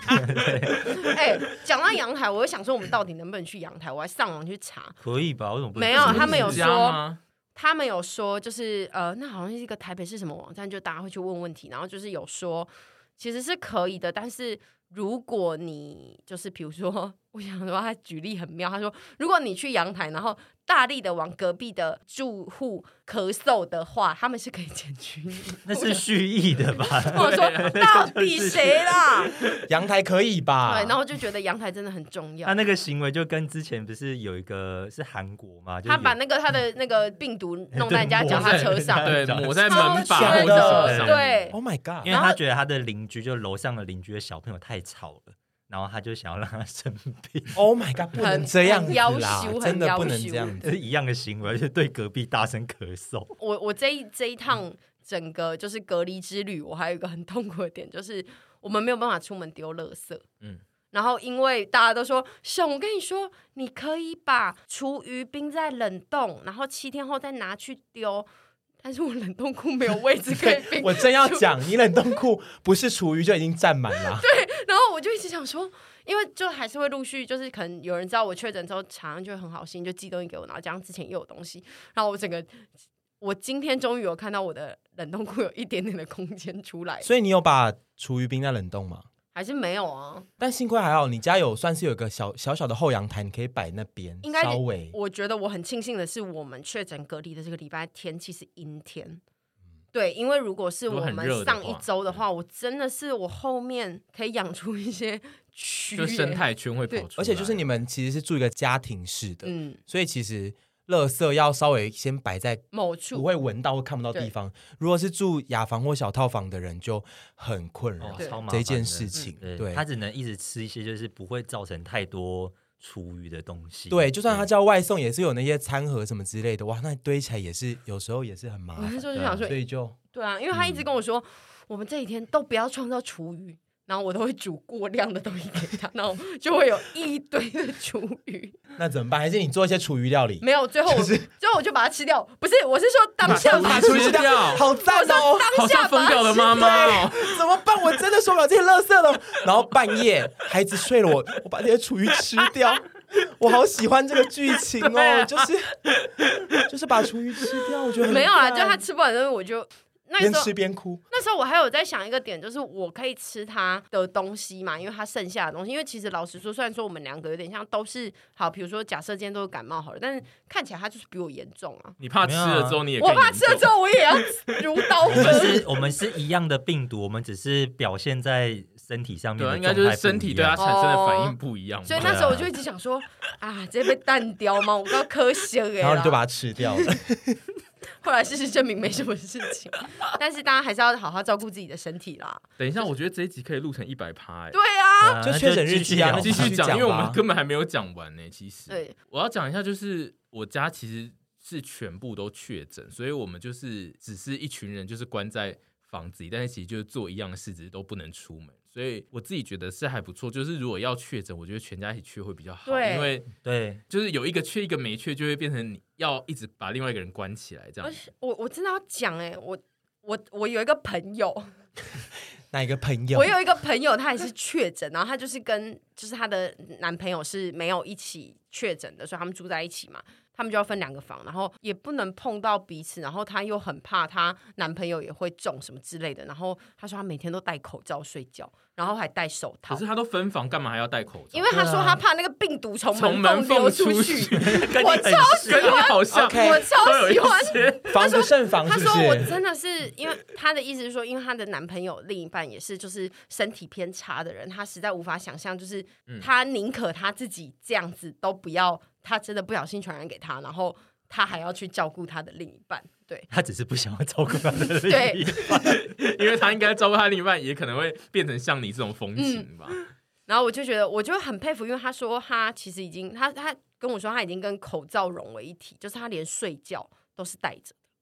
讲到阳台，我就想说，我们到底能不能去阳台？我还上网去查， 可以吧？为什么不能？ 没有，他们有家说。 吗？ 他们有说，就是那好像是一个台北市什么网站，就大家会去问问题，然后就是有说其实是可以的，但是如果你就是比如说，我想说他举例很妙，他说如果你去阳台，然后大力的往隔壁的住户咳嗽的话，他们是可以检举你。 那是蓄意的吧？ 我说到底谁啦？ 阳台可以吧？ 对，然后就觉得阳台真的很重要。 他那个行为就跟之前不是有一个是韩国嘛？ 他把他的那个病毒弄在人家脚踏车上， 对，抹在门把或者什么上。 对 ，Oh my god！ 因为他觉得他的邻居就楼上的邻居的小朋友太吵了。然后他就想要让他生病。 Oh my god！ 不能这样子啦， 很真的不能这样子， 是一样的行为，就是对隔壁大声咳嗽。 我这一趟整个就是隔离之旅，我还有一个很痛苦的点，就是我们没有办法出门丢垃圾。然后因为大家都说，熊，我跟你说，你可以把厨余冰在冷冻，然后7天后再拿去丢。但是我冷冻库没有位置可以冰。 我真要讲，你冷冻库不是厨余就已经占满了。 对，然后我就一直想说，因为就还是会陆续，就是可能有人知道我确诊之后，厂商就会很好心就寄东西给我，然后加上之前又有东西，然后我今天终于有看到我的冷冻库有一点点的空间出来。 所以你有把厨余冰在冷冻吗？ 还是没有啊？ 但幸亏还好，你家算是有个小的后阳台，你可以摆那边。 应该稍微， 我觉得我很庆幸的是，我们确诊隔离的这个礼拜天气是阴天。对，因为如果是我们上一周的话，我真的是我后面可以养出一些蛆， 就生态圈会跑出来。 而且就是你们其实是住一个家庭式的，所以其实垃圾要稍微先摆在某处不会闻到或看不到地方。如果是住雅房或小套房的人就很困扰这件事情。对， 他只能一直吃一些就是不会造成太多厨余的东西。 对，就算他叫外送也是有那些餐盒什么之类的，哇，那堆起来也是有时候也是很麻烦。 我那时候就想说， 所以就对啊，因为他一直跟我说，我们这几天都不要创造厨余。然后我都会煮过量的东西给他，然后就会有一堆的厨余。 那怎么办？还是你做一些厨余料理？ 没有，最后我就把它吃掉。不是，我是说当下把厨余吃掉，好赞哦！ 好像疯掉的妈妈哦， 怎么办？我真的受不了这些垃圾了。然后半夜孩子睡了，我把这些厨余吃掉。我好喜欢这个剧情哦，就是把厨余吃掉，我觉得很没有啦，就他吃不完的东西我就。 边吃边哭。 那时候我还有在想一个点，就是我可以吃他的东西嘛，因为他剩下的东西。因为其实老实说，虽然说我们两个有点像都是好，比如说假设今天都是感冒好了，但是看起来他就是比我严重啊。 你怕吃了之后你也我怕吃了之后我也要如刀割。 我们是一样的病毒，我们只是表现在身体上面的对，应该就是身体对它产生的反应不一样。 所以那时候我就一直想说啊，直接被淡掉吗？我刚科学然后你就把它吃掉了。 后来事实证明没什么事情，但是大家还是要好好照顾自己的身体啦。 等一下，我觉得这一集可以录成100%哎。 对啊， 就确诊日期啊， 继续讲，因为我们根本还没有讲完呢。其实， 对， 我要讲一下，就是我家其实是全部都确诊，所以我们就是只是一群人，就是关在房子里，但是其实就是做一样的事，只是都不能出门。所以我自己觉得是还不错，就是如果要确诊，我觉得全家一起确会比较好，因为对， 就是有一个确一个没确，就会变成你要一直把另外一个人关起来这样。 我真的要讲我有一个朋友， 哪一个朋友？ 我有一个朋友，他也是确诊，然后他就是就是他的男朋友是没有一起确诊的，所以他们住在一起嘛。他们就要分2个房，然后也不能碰到彼此，然后她又很怕她男朋友也会中什么之类的，然后她说她每天都戴口罩睡觉，然后还戴手套。 可是她都分房，干嘛还要戴口罩？ 因为她说她怕那个病毒从门缝流出去。我超喜欢， 好像我超喜欢。 防不胜防， 她说我真的是，因为她的意思是说，因为她的男朋友另一半也是就是身体偏差的人，她实在无法想象，就是她宁可她自己这样子都不要。他真的不小心传染给他，然后他还要去照顾他的另一半。对， 他只是不想要照顾他的另一半， 因为他应该照顾他另一半，也可能会变成像你这种风情吧。 然后我就觉得，我就很佩服，因为他说他其实已经，他跟我说他已经跟口罩融为一体，就是他连睡觉都是戴着。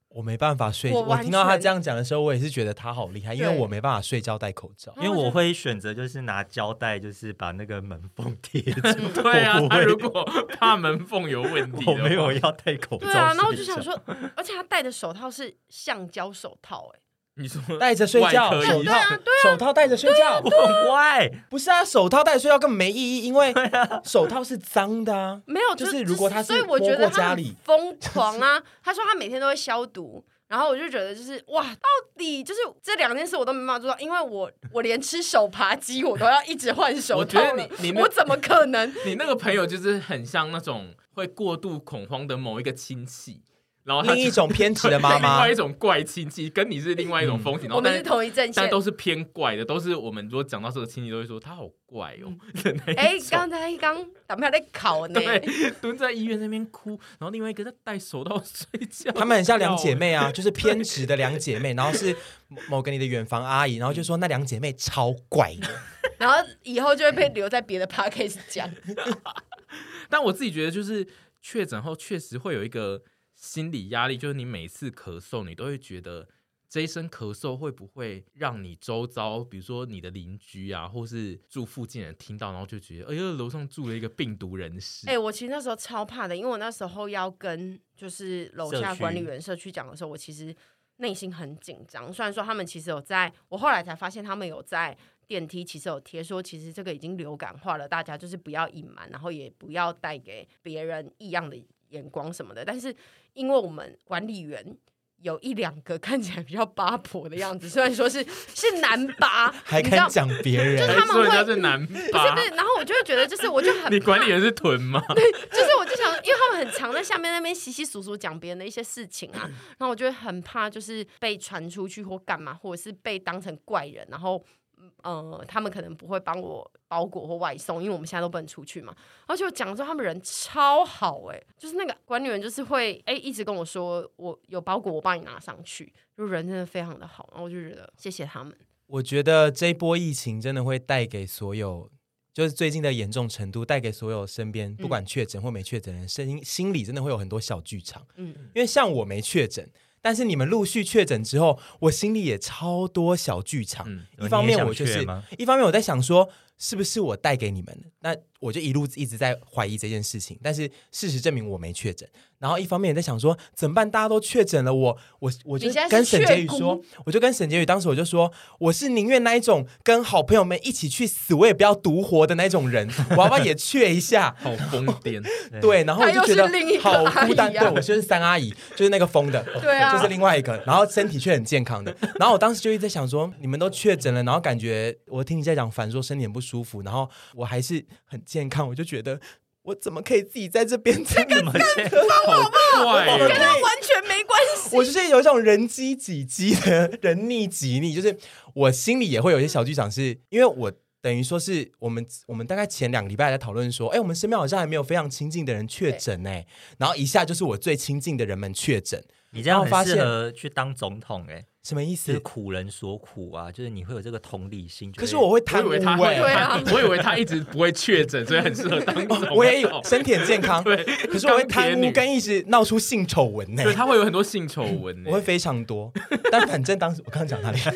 我没办法睡，我听到他这样讲的时候，我也是觉得他好厉害，因为我没办法睡觉戴口罩， 因为我会选择就是拿胶带，就是把那个门缝贴住。 对啊，他如果怕门缝有问题， 我没有要戴口罩。 对啊，然后我就想说，而且他戴的手套是橡胶手套， 你说戴着睡觉，手套戴着睡觉， 我很乖。 不是啊，手套戴着睡觉根本没意义，因为手套是脏的啊。 没有， 就是如果他是所以我觉得他很疯狂啊。他说他每天都会消毒，然后我就觉得就是哇，到底就是这2件事我都没办法做到，因为我连吃手扒鸡我都要一直换手套。 我觉得我怎么可能？ 你那个朋友就是很像那种会过度恐慌的某一个亲戚。然后另一种偏执的妈妈， 另外一种怪亲戚，跟你是另外一种风情。 我们是同一阵线， 但都是偏怪的，都是我们如果讲到这个亲戚，都会说他好怪哦。 刚才他们还在烤呢， 对，蹲在医院那边哭，然后另外一个在戴手套睡觉。 他们很像两姐妹啊，就是偏执的两姐妹，然后是某个你的远房阿姨，然后就说那两姐妹超怪的， 然后以后就会被留在别的 podcast 讲。 但我自己觉得，就是确诊后确实会有一个心理压力，就是你每次咳嗽，你都会觉得这一声咳嗽会不会让你周遭，比如说你的邻居啊，或是住附近的人听到，然后就觉得，哎呦，楼上住了一个病毒人士。 我其实那时候超怕的，因为我那时候要跟就是楼下管理员社区讲的时候，我其实内心很紧张。虽然说他们其实有在，我后来才发现他们有在电梯其实有贴说，其实这个已经流感化了，大家就是不要隐瞒，然后也不要带给别人异样的眼光什么的。但是因为我们管理员有1-2个看起来比较八婆的样子，虽然说是男八， 还敢讲别人， 就是他们会是男八， 不是，然后我就会觉得，就是我就很你管理员是臀吗？ 对，就是我就想，因为他们很常在下面那边稀稀疏疏讲别人的一些事情啊，然后我就会很怕，就是被传出去或干嘛，或者是被当成怪人，然后他们可能不会帮我包裹或外送，因为我们现在都不能出去嘛。而且我讲说他们人超好就是那个管理员就是会一直跟我说，我有包裹我帮你拿上去，就人真的非常的好，然后我就觉得谢谢他们。 我觉得这一波疫情真的会带给所有，就是最近的严重程度，带给所有身边不管确诊或没确诊的人，心里真的会有很多小剧场。因为像我没确诊，但是你们陆续确诊之后，我心里也超多小剧场。一方面我在想说，是不是我带给你们的？那我就一直在怀疑这件事情。但是事实证明我没确诊。然后一方面也在想说，怎么办？大家都确诊了，我就跟沈婕妤说，当时我就说，我是宁愿那一种跟好朋友们一起去死，我也不要独活的那种人。我要不要也确一下？ 好疯癫。 对，然后我就觉得好孤单。 对， 我就是3阿姨，就是那个疯的， 对啊， 就是另外一个，然后身体却很健康的。然后我当时就一直在想说，你们都确诊了，然后感觉我听你在讲反说身体很不舒服，然后我还是很健康，我就觉得我怎么可以自己在这边这个好怪， 跟他完全没关系。 我就是有一种人饥己饥的人逆己逆，就是我心里也会有一些小剧场，是因为我等于说是我们大概前2个礼拜在讨论说，我们身边好像还没有非常亲近的人确诊然后一下就是我最亲近的人们确诊。 你这样很适合去当总统什么意思？ 就是苦人所苦啊，就是你会有这个同理心。 可是我会贪污我以为他一直不会确诊，所以很适合当总统。 我也有身体很健康，对，可是我会贪污跟一直闹出性丑闻对，他会有很多性丑闻我会非常多。但反正当时我刚刚讲哪里？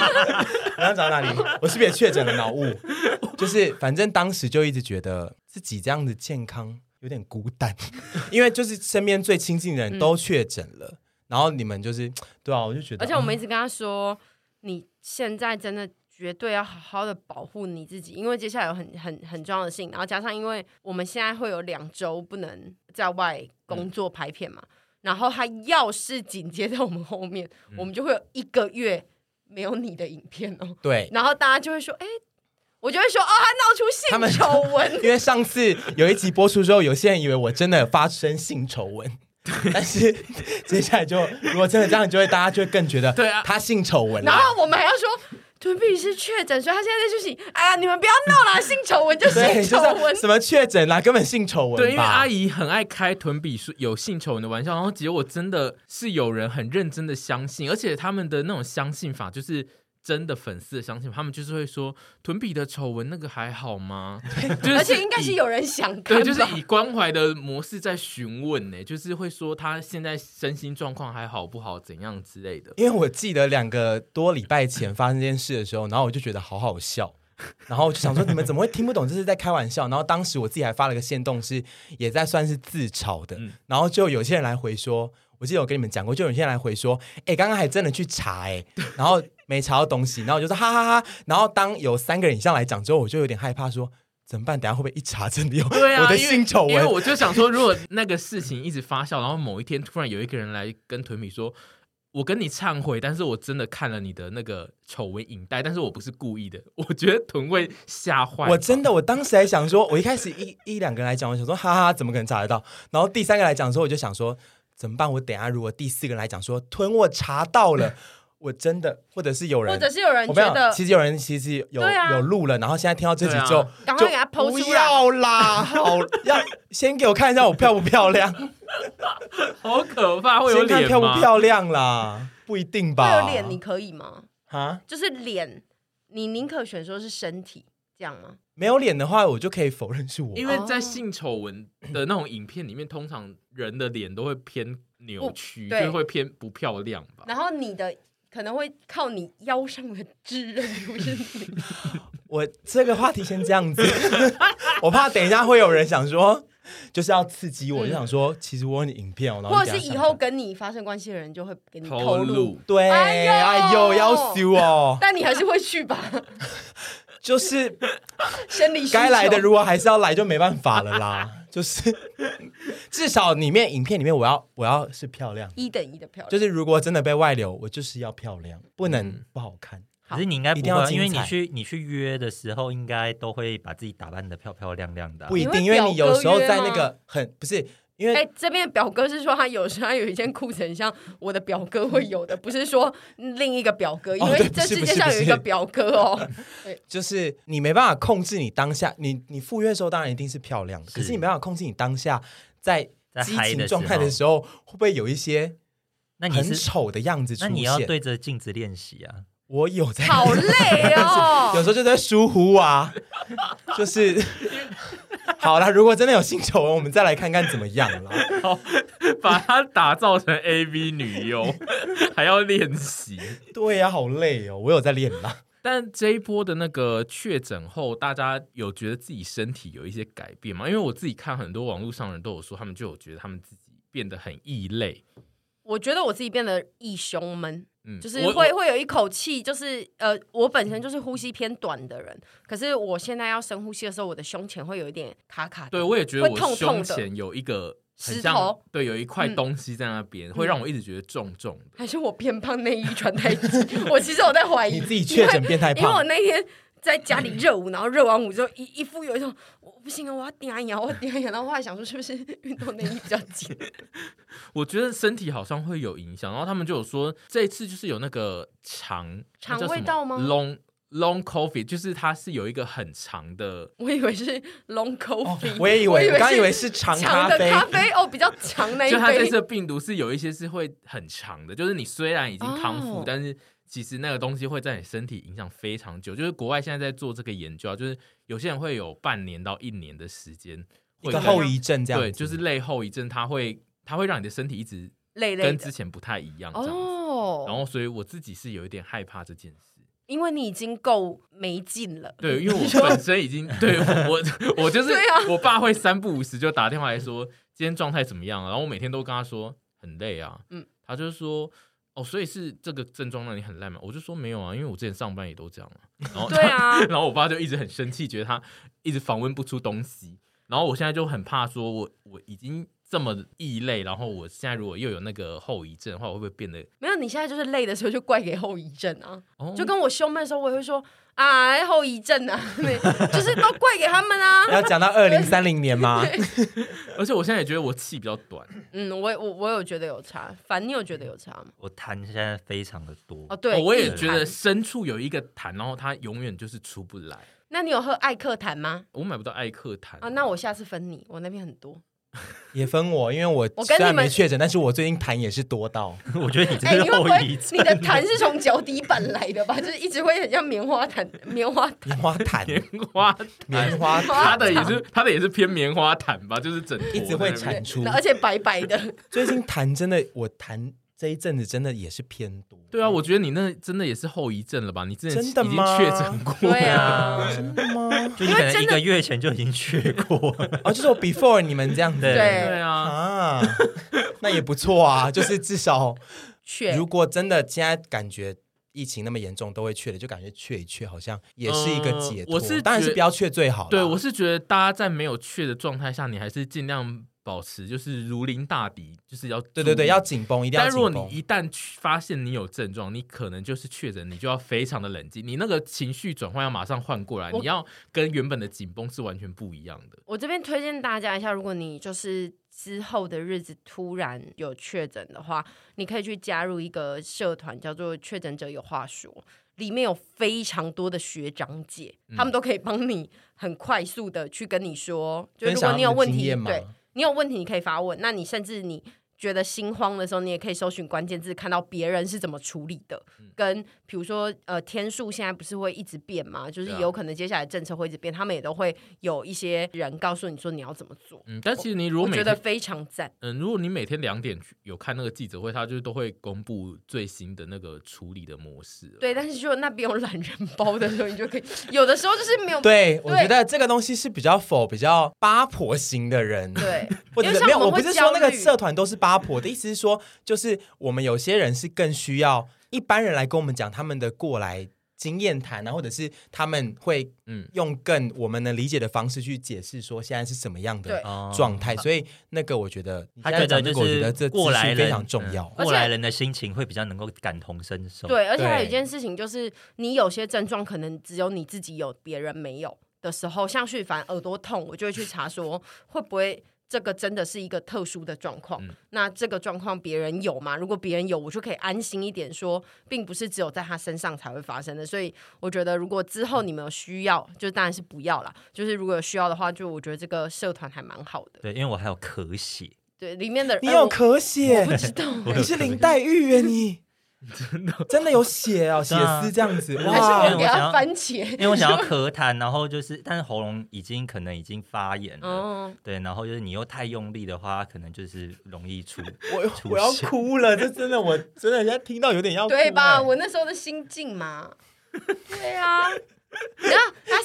我是不是也确诊了脑雾？就是反正当时就一直觉得自己这样子健康有点孤单，因为就是身边最亲近的人都确诊了。然后你们就是对啊，我就觉得， 而且我们一直跟他说，你现在真的绝对要好好的保护你自己，因为接下来有很重要的事情，然后加上因为我们现在会有2周不能在外工作拍片嘛，然后他要是紧接在我们后面，我们就会有1个月没有你的影片对， 然后大家就会说，我就会说，他闹出性丑闻， 因为上次有一集播出之后，有些人以为我真的发生性丑闻。但是接下来就如果真的这样，大家就会更觉得他性丑闻。 然后我们还要说屯比是确诊，所以他现在在休息。哎呀，你们不要闹啦，性丑闻就性丑闻， 什么确诊啦，根本性丑闻。 对，因为阿姨很爱开屯比有性丑闻的玩笑，然后结果真的是有人很认真的相信，而且他们的那种相信法就是真的粉丝的相信，他们就是会说屯比的丑闻那个还好吗？就是而且应该是有人想看吧， 对，就是以关怀的模式在询问呢，就是会说他现在身心状况还好不好，怎样之类的。 因为我记得2个多礼拜前发生这件事的时候，然后我就觉得好好笑。然后我就想说，你们怎么会听不懂这是在开玩笑？然后当时我自己还发了个限动，是也在算是自嘲的。然后就有些人来回说，我记得我跟你们讲过，就有些人来回说，刚刚还真的去查然后没查到东西，然后我就说哈哈哈。然后当有3个人以上来讲之后，我就有点害怕说，怎么办？等一下会不会一查真的有我的性丑闻？ 因为我就想说，如果那个事情一直发酵，然后某一天突然有一个人来跟屯比说，我跟你忏悔，但是我真的看了你的那个丑闻影带，但是我不是故意的。我觉得屯会吓坏。 我当时还想说，我一开始一两个人来讲，我想说哈哈，怎么可能查得到？然后第3个来讲的时候，我就想说怎么办？我等一下如果第4个人来讲说屯我查到了。我真的，或者是有人觉得，其实有人有录了，然后现在听到这集之后， 赶快给他抛出来， 不要啦，好，要先给我看一下我漂不漂亮， 好可怕，会有脸吗？ 先看漂不漂亮啦，不一定吧？ 会有脸，你可以吗？ 哈， 就是脸，你宁可选说是身体，这样吗？ 没有脸的话，我就可以否认是我， 因为在性丑闻的那种影片里面，通常人的脸都会偏扭曲，就会偏不漂亮吧。 然后你的。可能会靠你腰上的稚韧，不是你。 我这个话题先这样子，我怕等一下会有人想说，就是要刺激我，就想说，其实我有你影片哦， 或者是以后跟你发生关系的人就会给你透露， 对，哎呦，要羞哦， 但你还是会去吧？ 就是生理需求该来的，如果还是要来，就没办法了啦。就是至少影片里面，我要是漂亮 ，1等1的漂亮。 就是如果真的被外流，我就是要漂亮，不能不好看。 可是你应该不会，因为你去约的时候，应该都会把自己打扮得漂漂亮亮的。 不一定，因为你有时候在那个不是。因为这边的表哥是说他有时候他有一件裤子很像我的表哥会有的，不是说另一个表哥，因为这世界上有一个表哥哦。 就是你没办法控制你当下，你赴约的时候当然一定是漂亮的，可是你没办法控制你当下在激情状态的时候会不会有一些很丑的样子出现？ 那你要对着镜子练习啊。 我有在， 好累哦。 有时候就在疏忽啊，就是好啦，如果真的有性丑闻，我们再来看看怎么样啦。 好，把它打造成 AV 女优，还要练习。 对啊，好累哦，我有在练啦。 但这一波的那个确诊后，大家有觉得自己身体有一些改变吗？因为我自己看很多网络上的人都有说，他们就有觉得他们自己变得很异类。 我觉得我自己变得异胸闷。就是会有一口气，就是我本身就是呼吸偏短的人，可是我现在要深呼吸的时候，我的胸前会有一点卡卡的。 对，我也觉得我胸前有一个很像石头， 对，有一块东西在那边，会让我一直觉得重重的。 还是我偏胖，内衣穿太紧？我其实有在怀疑你自己确诊变太胖， 因为我那天在家里热舞，然后热完舞之后一副有一种我不行啊，我要顶呀，我顶呀，然后后来想说是不是运动内衣比较紧？ 我觉得身体好像会有影响，然后他们就有说这一次就是有那个肠味道吗 ？Long coffee 就是它是有一个很长的， 我以为是 long coffee， 我刚以为是长咖啡哦，比较长那一杯。 就它这次的病毒是有一些是会很长的，就是你虽然已经康复，但是其实那个东西会在你身体影响非常久。就是国外现在在做这个研究，就是有些人会有半年到1年的时间， 一个后遗症这样子。 对，就是类后遗症，它会让你的身体一直跟之前不太一样这样子。然后所以我自己是有一点害怕这件事。因为你已经够没劲了， 对，因为我本身已经对我就是，我爸会3不5时就打电话来说今天状态怎么样，然后我每天都跟他说很累啊，他就说哦，所以是这个症状让你很累吗？我就说没有啊，因为我之前上班也都这样啊。然后对啊， 然后我爸就一直很生气，觉得他一直访问不出东西，然后我现在就很怕说我已经这么异类，然后我现在如果又有那个后遗症的话，我会不会变得没有？你现在就是累的时候就怪给后遗症啊，就跟我胸闷的时候，我也会说啊后遗症啊，就是都怪给他们啊。 要讲到2030年吗？ 而且我现在也觉得我气比较短。 我有觉得有差，反正你有觉得有差吗？ 我痰现在非常的多哦，对， 我也觉得深处有一个痰，然后它永远就是出不来。 那你有喝艾克痰吗？ 我买不到艾克痰啊，那我下次分你，我那边很多。 也分我，因为我我虽跟你们然没确诊，但是我最近痰也是多到。 我觉得你这哎、 是你会不会后遗症。 你的痰是从脚底板来的吧？就是一直会很像棉花痰，棉花棉花痰， 棉花棉花他痰， 的也是偏棉花痰吧，就是整坨一直会在那边产出。 而且白白的。 最近痰真的，我痰这一阵子真的也是偏多。 对啊，我觉得你那真的也是后遗症了吧？你之前已经真的吗确诊过， 对啊， 真的吗？ 就你可能1个月前就已经去过， 哦，就是我 before 你们这样子。 对对啊， 啊，那也不错啊，就是至少确如果真的现在感觉疫情那么严重都会确的，就感觉确一确好像也是一个解脱。 我是当然是不要确最好啦。 对，我是觉得大家在没有确的状态下，你还是尽量保持就是如临大敌，就是要对，要紧绷，一定要但如果紧绷。 你一旦发现你有症状，你可能就是确诊，你就要非常的冷静，你那个情绪转换要马上换过来，你要跟原本的紧绷是完全不一样的。 我这边推荐大家一下，如果你就是之后的日子突然有确诊的话，你可以去加入一个社团，叫做确诊者有话说。里面有非常多的学长姐，他们都可以帮你很快速的去跟你说，就如果你有问题，对你有问题你可以发问，那你甚至你觉得心慌的时候，你也可以搜寻关键字，看到别人是怎么处理的。跟比如说天数现在不是会一直变吗？就是有可能接下来政策会一直变，他们也都会有一些人告诉你说你要怎么做。 但其实你如果我觉得非常赞。 如果你每天2点有看那个记者会，他就都会公布最新的那个处理的模式。 对，但是如果那边有懒人包的时候，你就可以有的时候就是没有。 对，我觉得这个东西是比较比较八婆型的人。 对， 或者是没有，我不是说那个社团都是八婆的意思是说，就是我们有些人是更需要一般人来跟我们讲他们的过来经验谈啊，或者是他们会用更我们能理解的方式去解释说现在是什么样的状态，所以那个我觉得他觉得就是过来人非常重要， 过来人的心情会比较能够感同身受。 对，而且还有一件事情就是，你有些症状可能只有你自己有，别人没有的时候，像旭凡耳朵痛，我就会去查说会不会这个真的是一个特殊的状况。那这个状况别人有吗？如果别人有，我就可以安心一点说，并不是只有在他身上才会发生的。所以我觉得，如果之后你们有需要，就当然是不要啦。就是如果有需要的话，就我觉得这个社团还蛮好的。 对，因为我还有咳血。 对，里面的你有咳血， 我不知道， 你是林黛玉耶你。真的有血哦，血丝这样子， 还是我给他番茄？ 因为我想要咳痰，然后就是，但是喉咙可能已经发炎了，对，然后就是你又太用力的话，可能就是容易出我要哭了，这真的，我真的现在听到有点要哭， 对吧？我那时候的心境嘛，对啊。然后他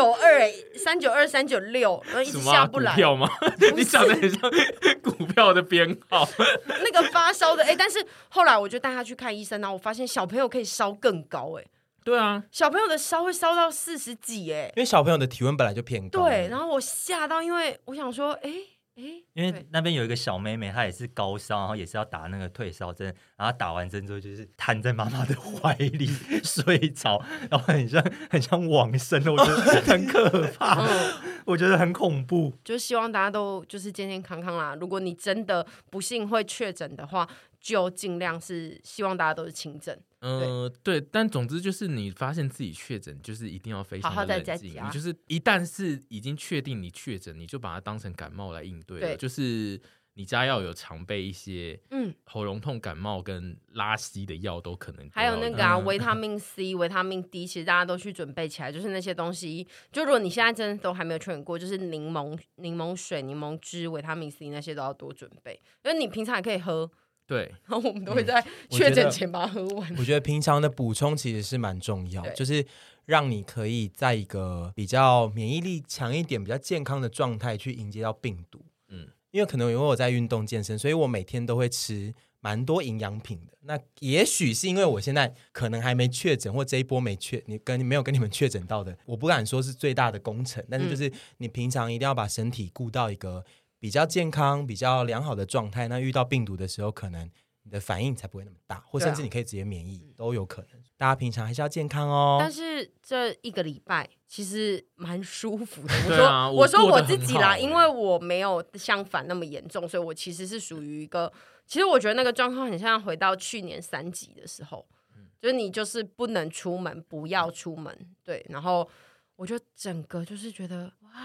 392、392、396，然后一直下不来。 股票吗？你讲的很像股票的编号。 那个发烧的，但是后来我就带他去看医生，然后我发现小朋友可以烧更高， 对啊， 小朋友的烧会烧到40几，因为小朋友的体温本来就偏高。 对，然后我吓到，因为我想说， 因为那边有一个小妹妹，她也是高烧，然后也是要打那个退烧针，然后打完针之后就是瘫在妈妈的怀里睡着，然后很像往生，我觉得很可怕，我觉得很恐怖。 就希望大家都就是健健康康啦。如果你真的不幸会确诊的话，就尽量是希望大家都是轻症。 对，但总之就是你发现自己确诊，就是一定要非常的冷静。你就是一旦是已经确定你确诊，你就把它当成感冒来应对了。就是你家要有常备一些喉咙痛、感冒跟拉稀的药都可能。 还有那个维他命 C、维他命 D， 其实大家都去准备起来。就是那些东西，就如果你现在真的都还没有确诊过，就是柠檬水、柠檬汁、维他命 C 那些都要多准备，因为你平常也可以喝。 对， 然后我们都会在确诊前把它喝完。 我觉得平常的补充其实是蛮重要，就是让你可以在一个比较免疫力强一点、比较健康的状态去迎接到病毒。因为可能因为我在运动健身，所以我每天都会吃蛮多营养品的。那也许是因为我现在可能还没确诊，或这一波没有跟你们确诊到的，我不敢说是最大的工程，但是就是你平常一定要把身体顾到一个比较健康、比较良好的状态，那遇到病毒的时候，可能你的反应才不会那么大，或甚至你可以直接免疫，都有可能。大家平常还是要健康哦。 但是这1个礼拜其实蛮舒服的。 我说我自己啦，因为我没有相反那么严重，所以我其实是属于一个，其实我觉得那个状况很像回到去年3级的时候，就是你就是不能出门，不要出门，对，然后我就整个就是觉得哇，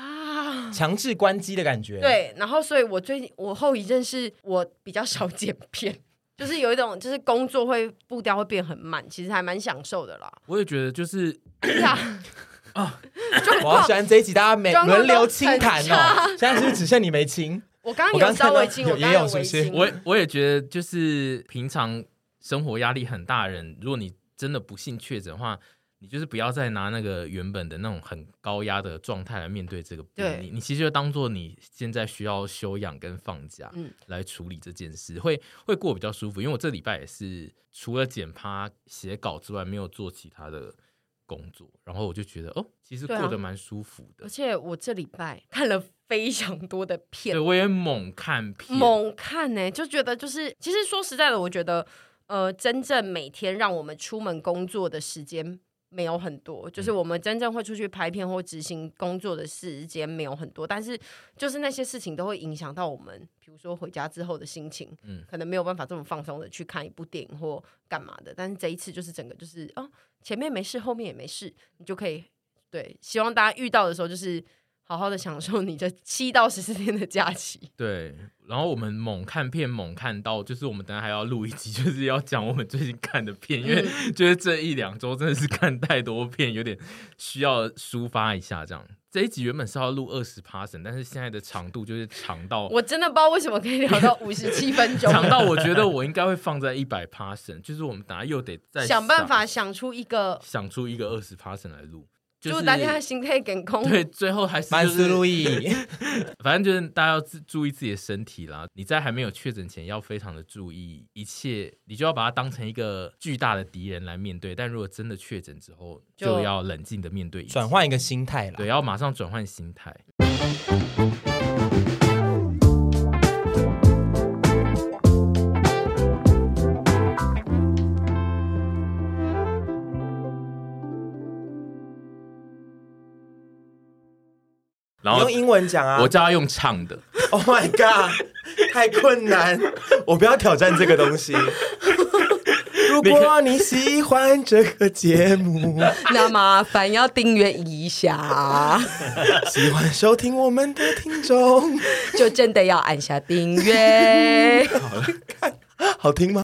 啊， 强制关机的感觉。 对，然后所以我后遗症是我比较少剪片。就是有一种，就是工作步调会变很慢，其实还蛮享受的啦。 我也觉得就是我好喜欢这一集，大家轮流清谈哦。现在是不是只剩你没清？ 我刚刚有稍微清，我刚刚有微清。 我也觉得，就是平常生活压力很大的人，如果你真的不幸确诊的话，你就是不要再拿那个原本的那种很高压的状态来面对这个病。你其实就当做你现在需要休养跟放假，来处理这件事，会过得比较舒服。因为我这礼拜也是除了剪趴写稿之外，没有做其他的工作，然后我就觉得其实过得蛮舒服的。 而且我这礼拜看了非常多的片， 对，我也猛看片， 猛看呢，就觉得就是其实说实在的，我觉得真正每天让我们出门工作的时间没有很多，就是我们真正会出去拍片或执行工作的时间没有很多，但是就是那些事情都会影响到我们，比如说回家之后的心情，可能没有办法这么放松的去看一部电影或干嘛的。但是这一次就是整个就是前面没事，后面也没事，你就可以对。希望大家遇到的时候就是好好的享受你这7到14天的假期。 对，然后我们猛看片，猛看到就是我们等一下还要录一集，就是要讲我们最近看的片，因为就是这1-2周真的是看太多片，有点需要抒发一下这样。这一集原本是要录20%，但是现在的长度就是长到我真的不知道为什么可以聊到57分钟， 长到我觉得我应该会放在100%，就是我们等一下又得再想办法想出一个 20%来录。 祝大家心态健康。 对，最后还是万事如意。 反正就是大家要注意自己的身体啦。你在还没有确诊前要非常的注意一切，你就要把它当成一个巨大的敌人来面对。但如果真的确诊之后，就要冷静的面对一切， 转换一个心态啦。 对，要马上转换心态。然后你用英文讲啊， 我叫他用唱的。 Oh my god， 太困难，我不要挑战这个东西。如果你喜欢这个节目， 那麻烦要订阅一下。 喜欢收听我们的听众， 就真的要按下订阅。 好听吗？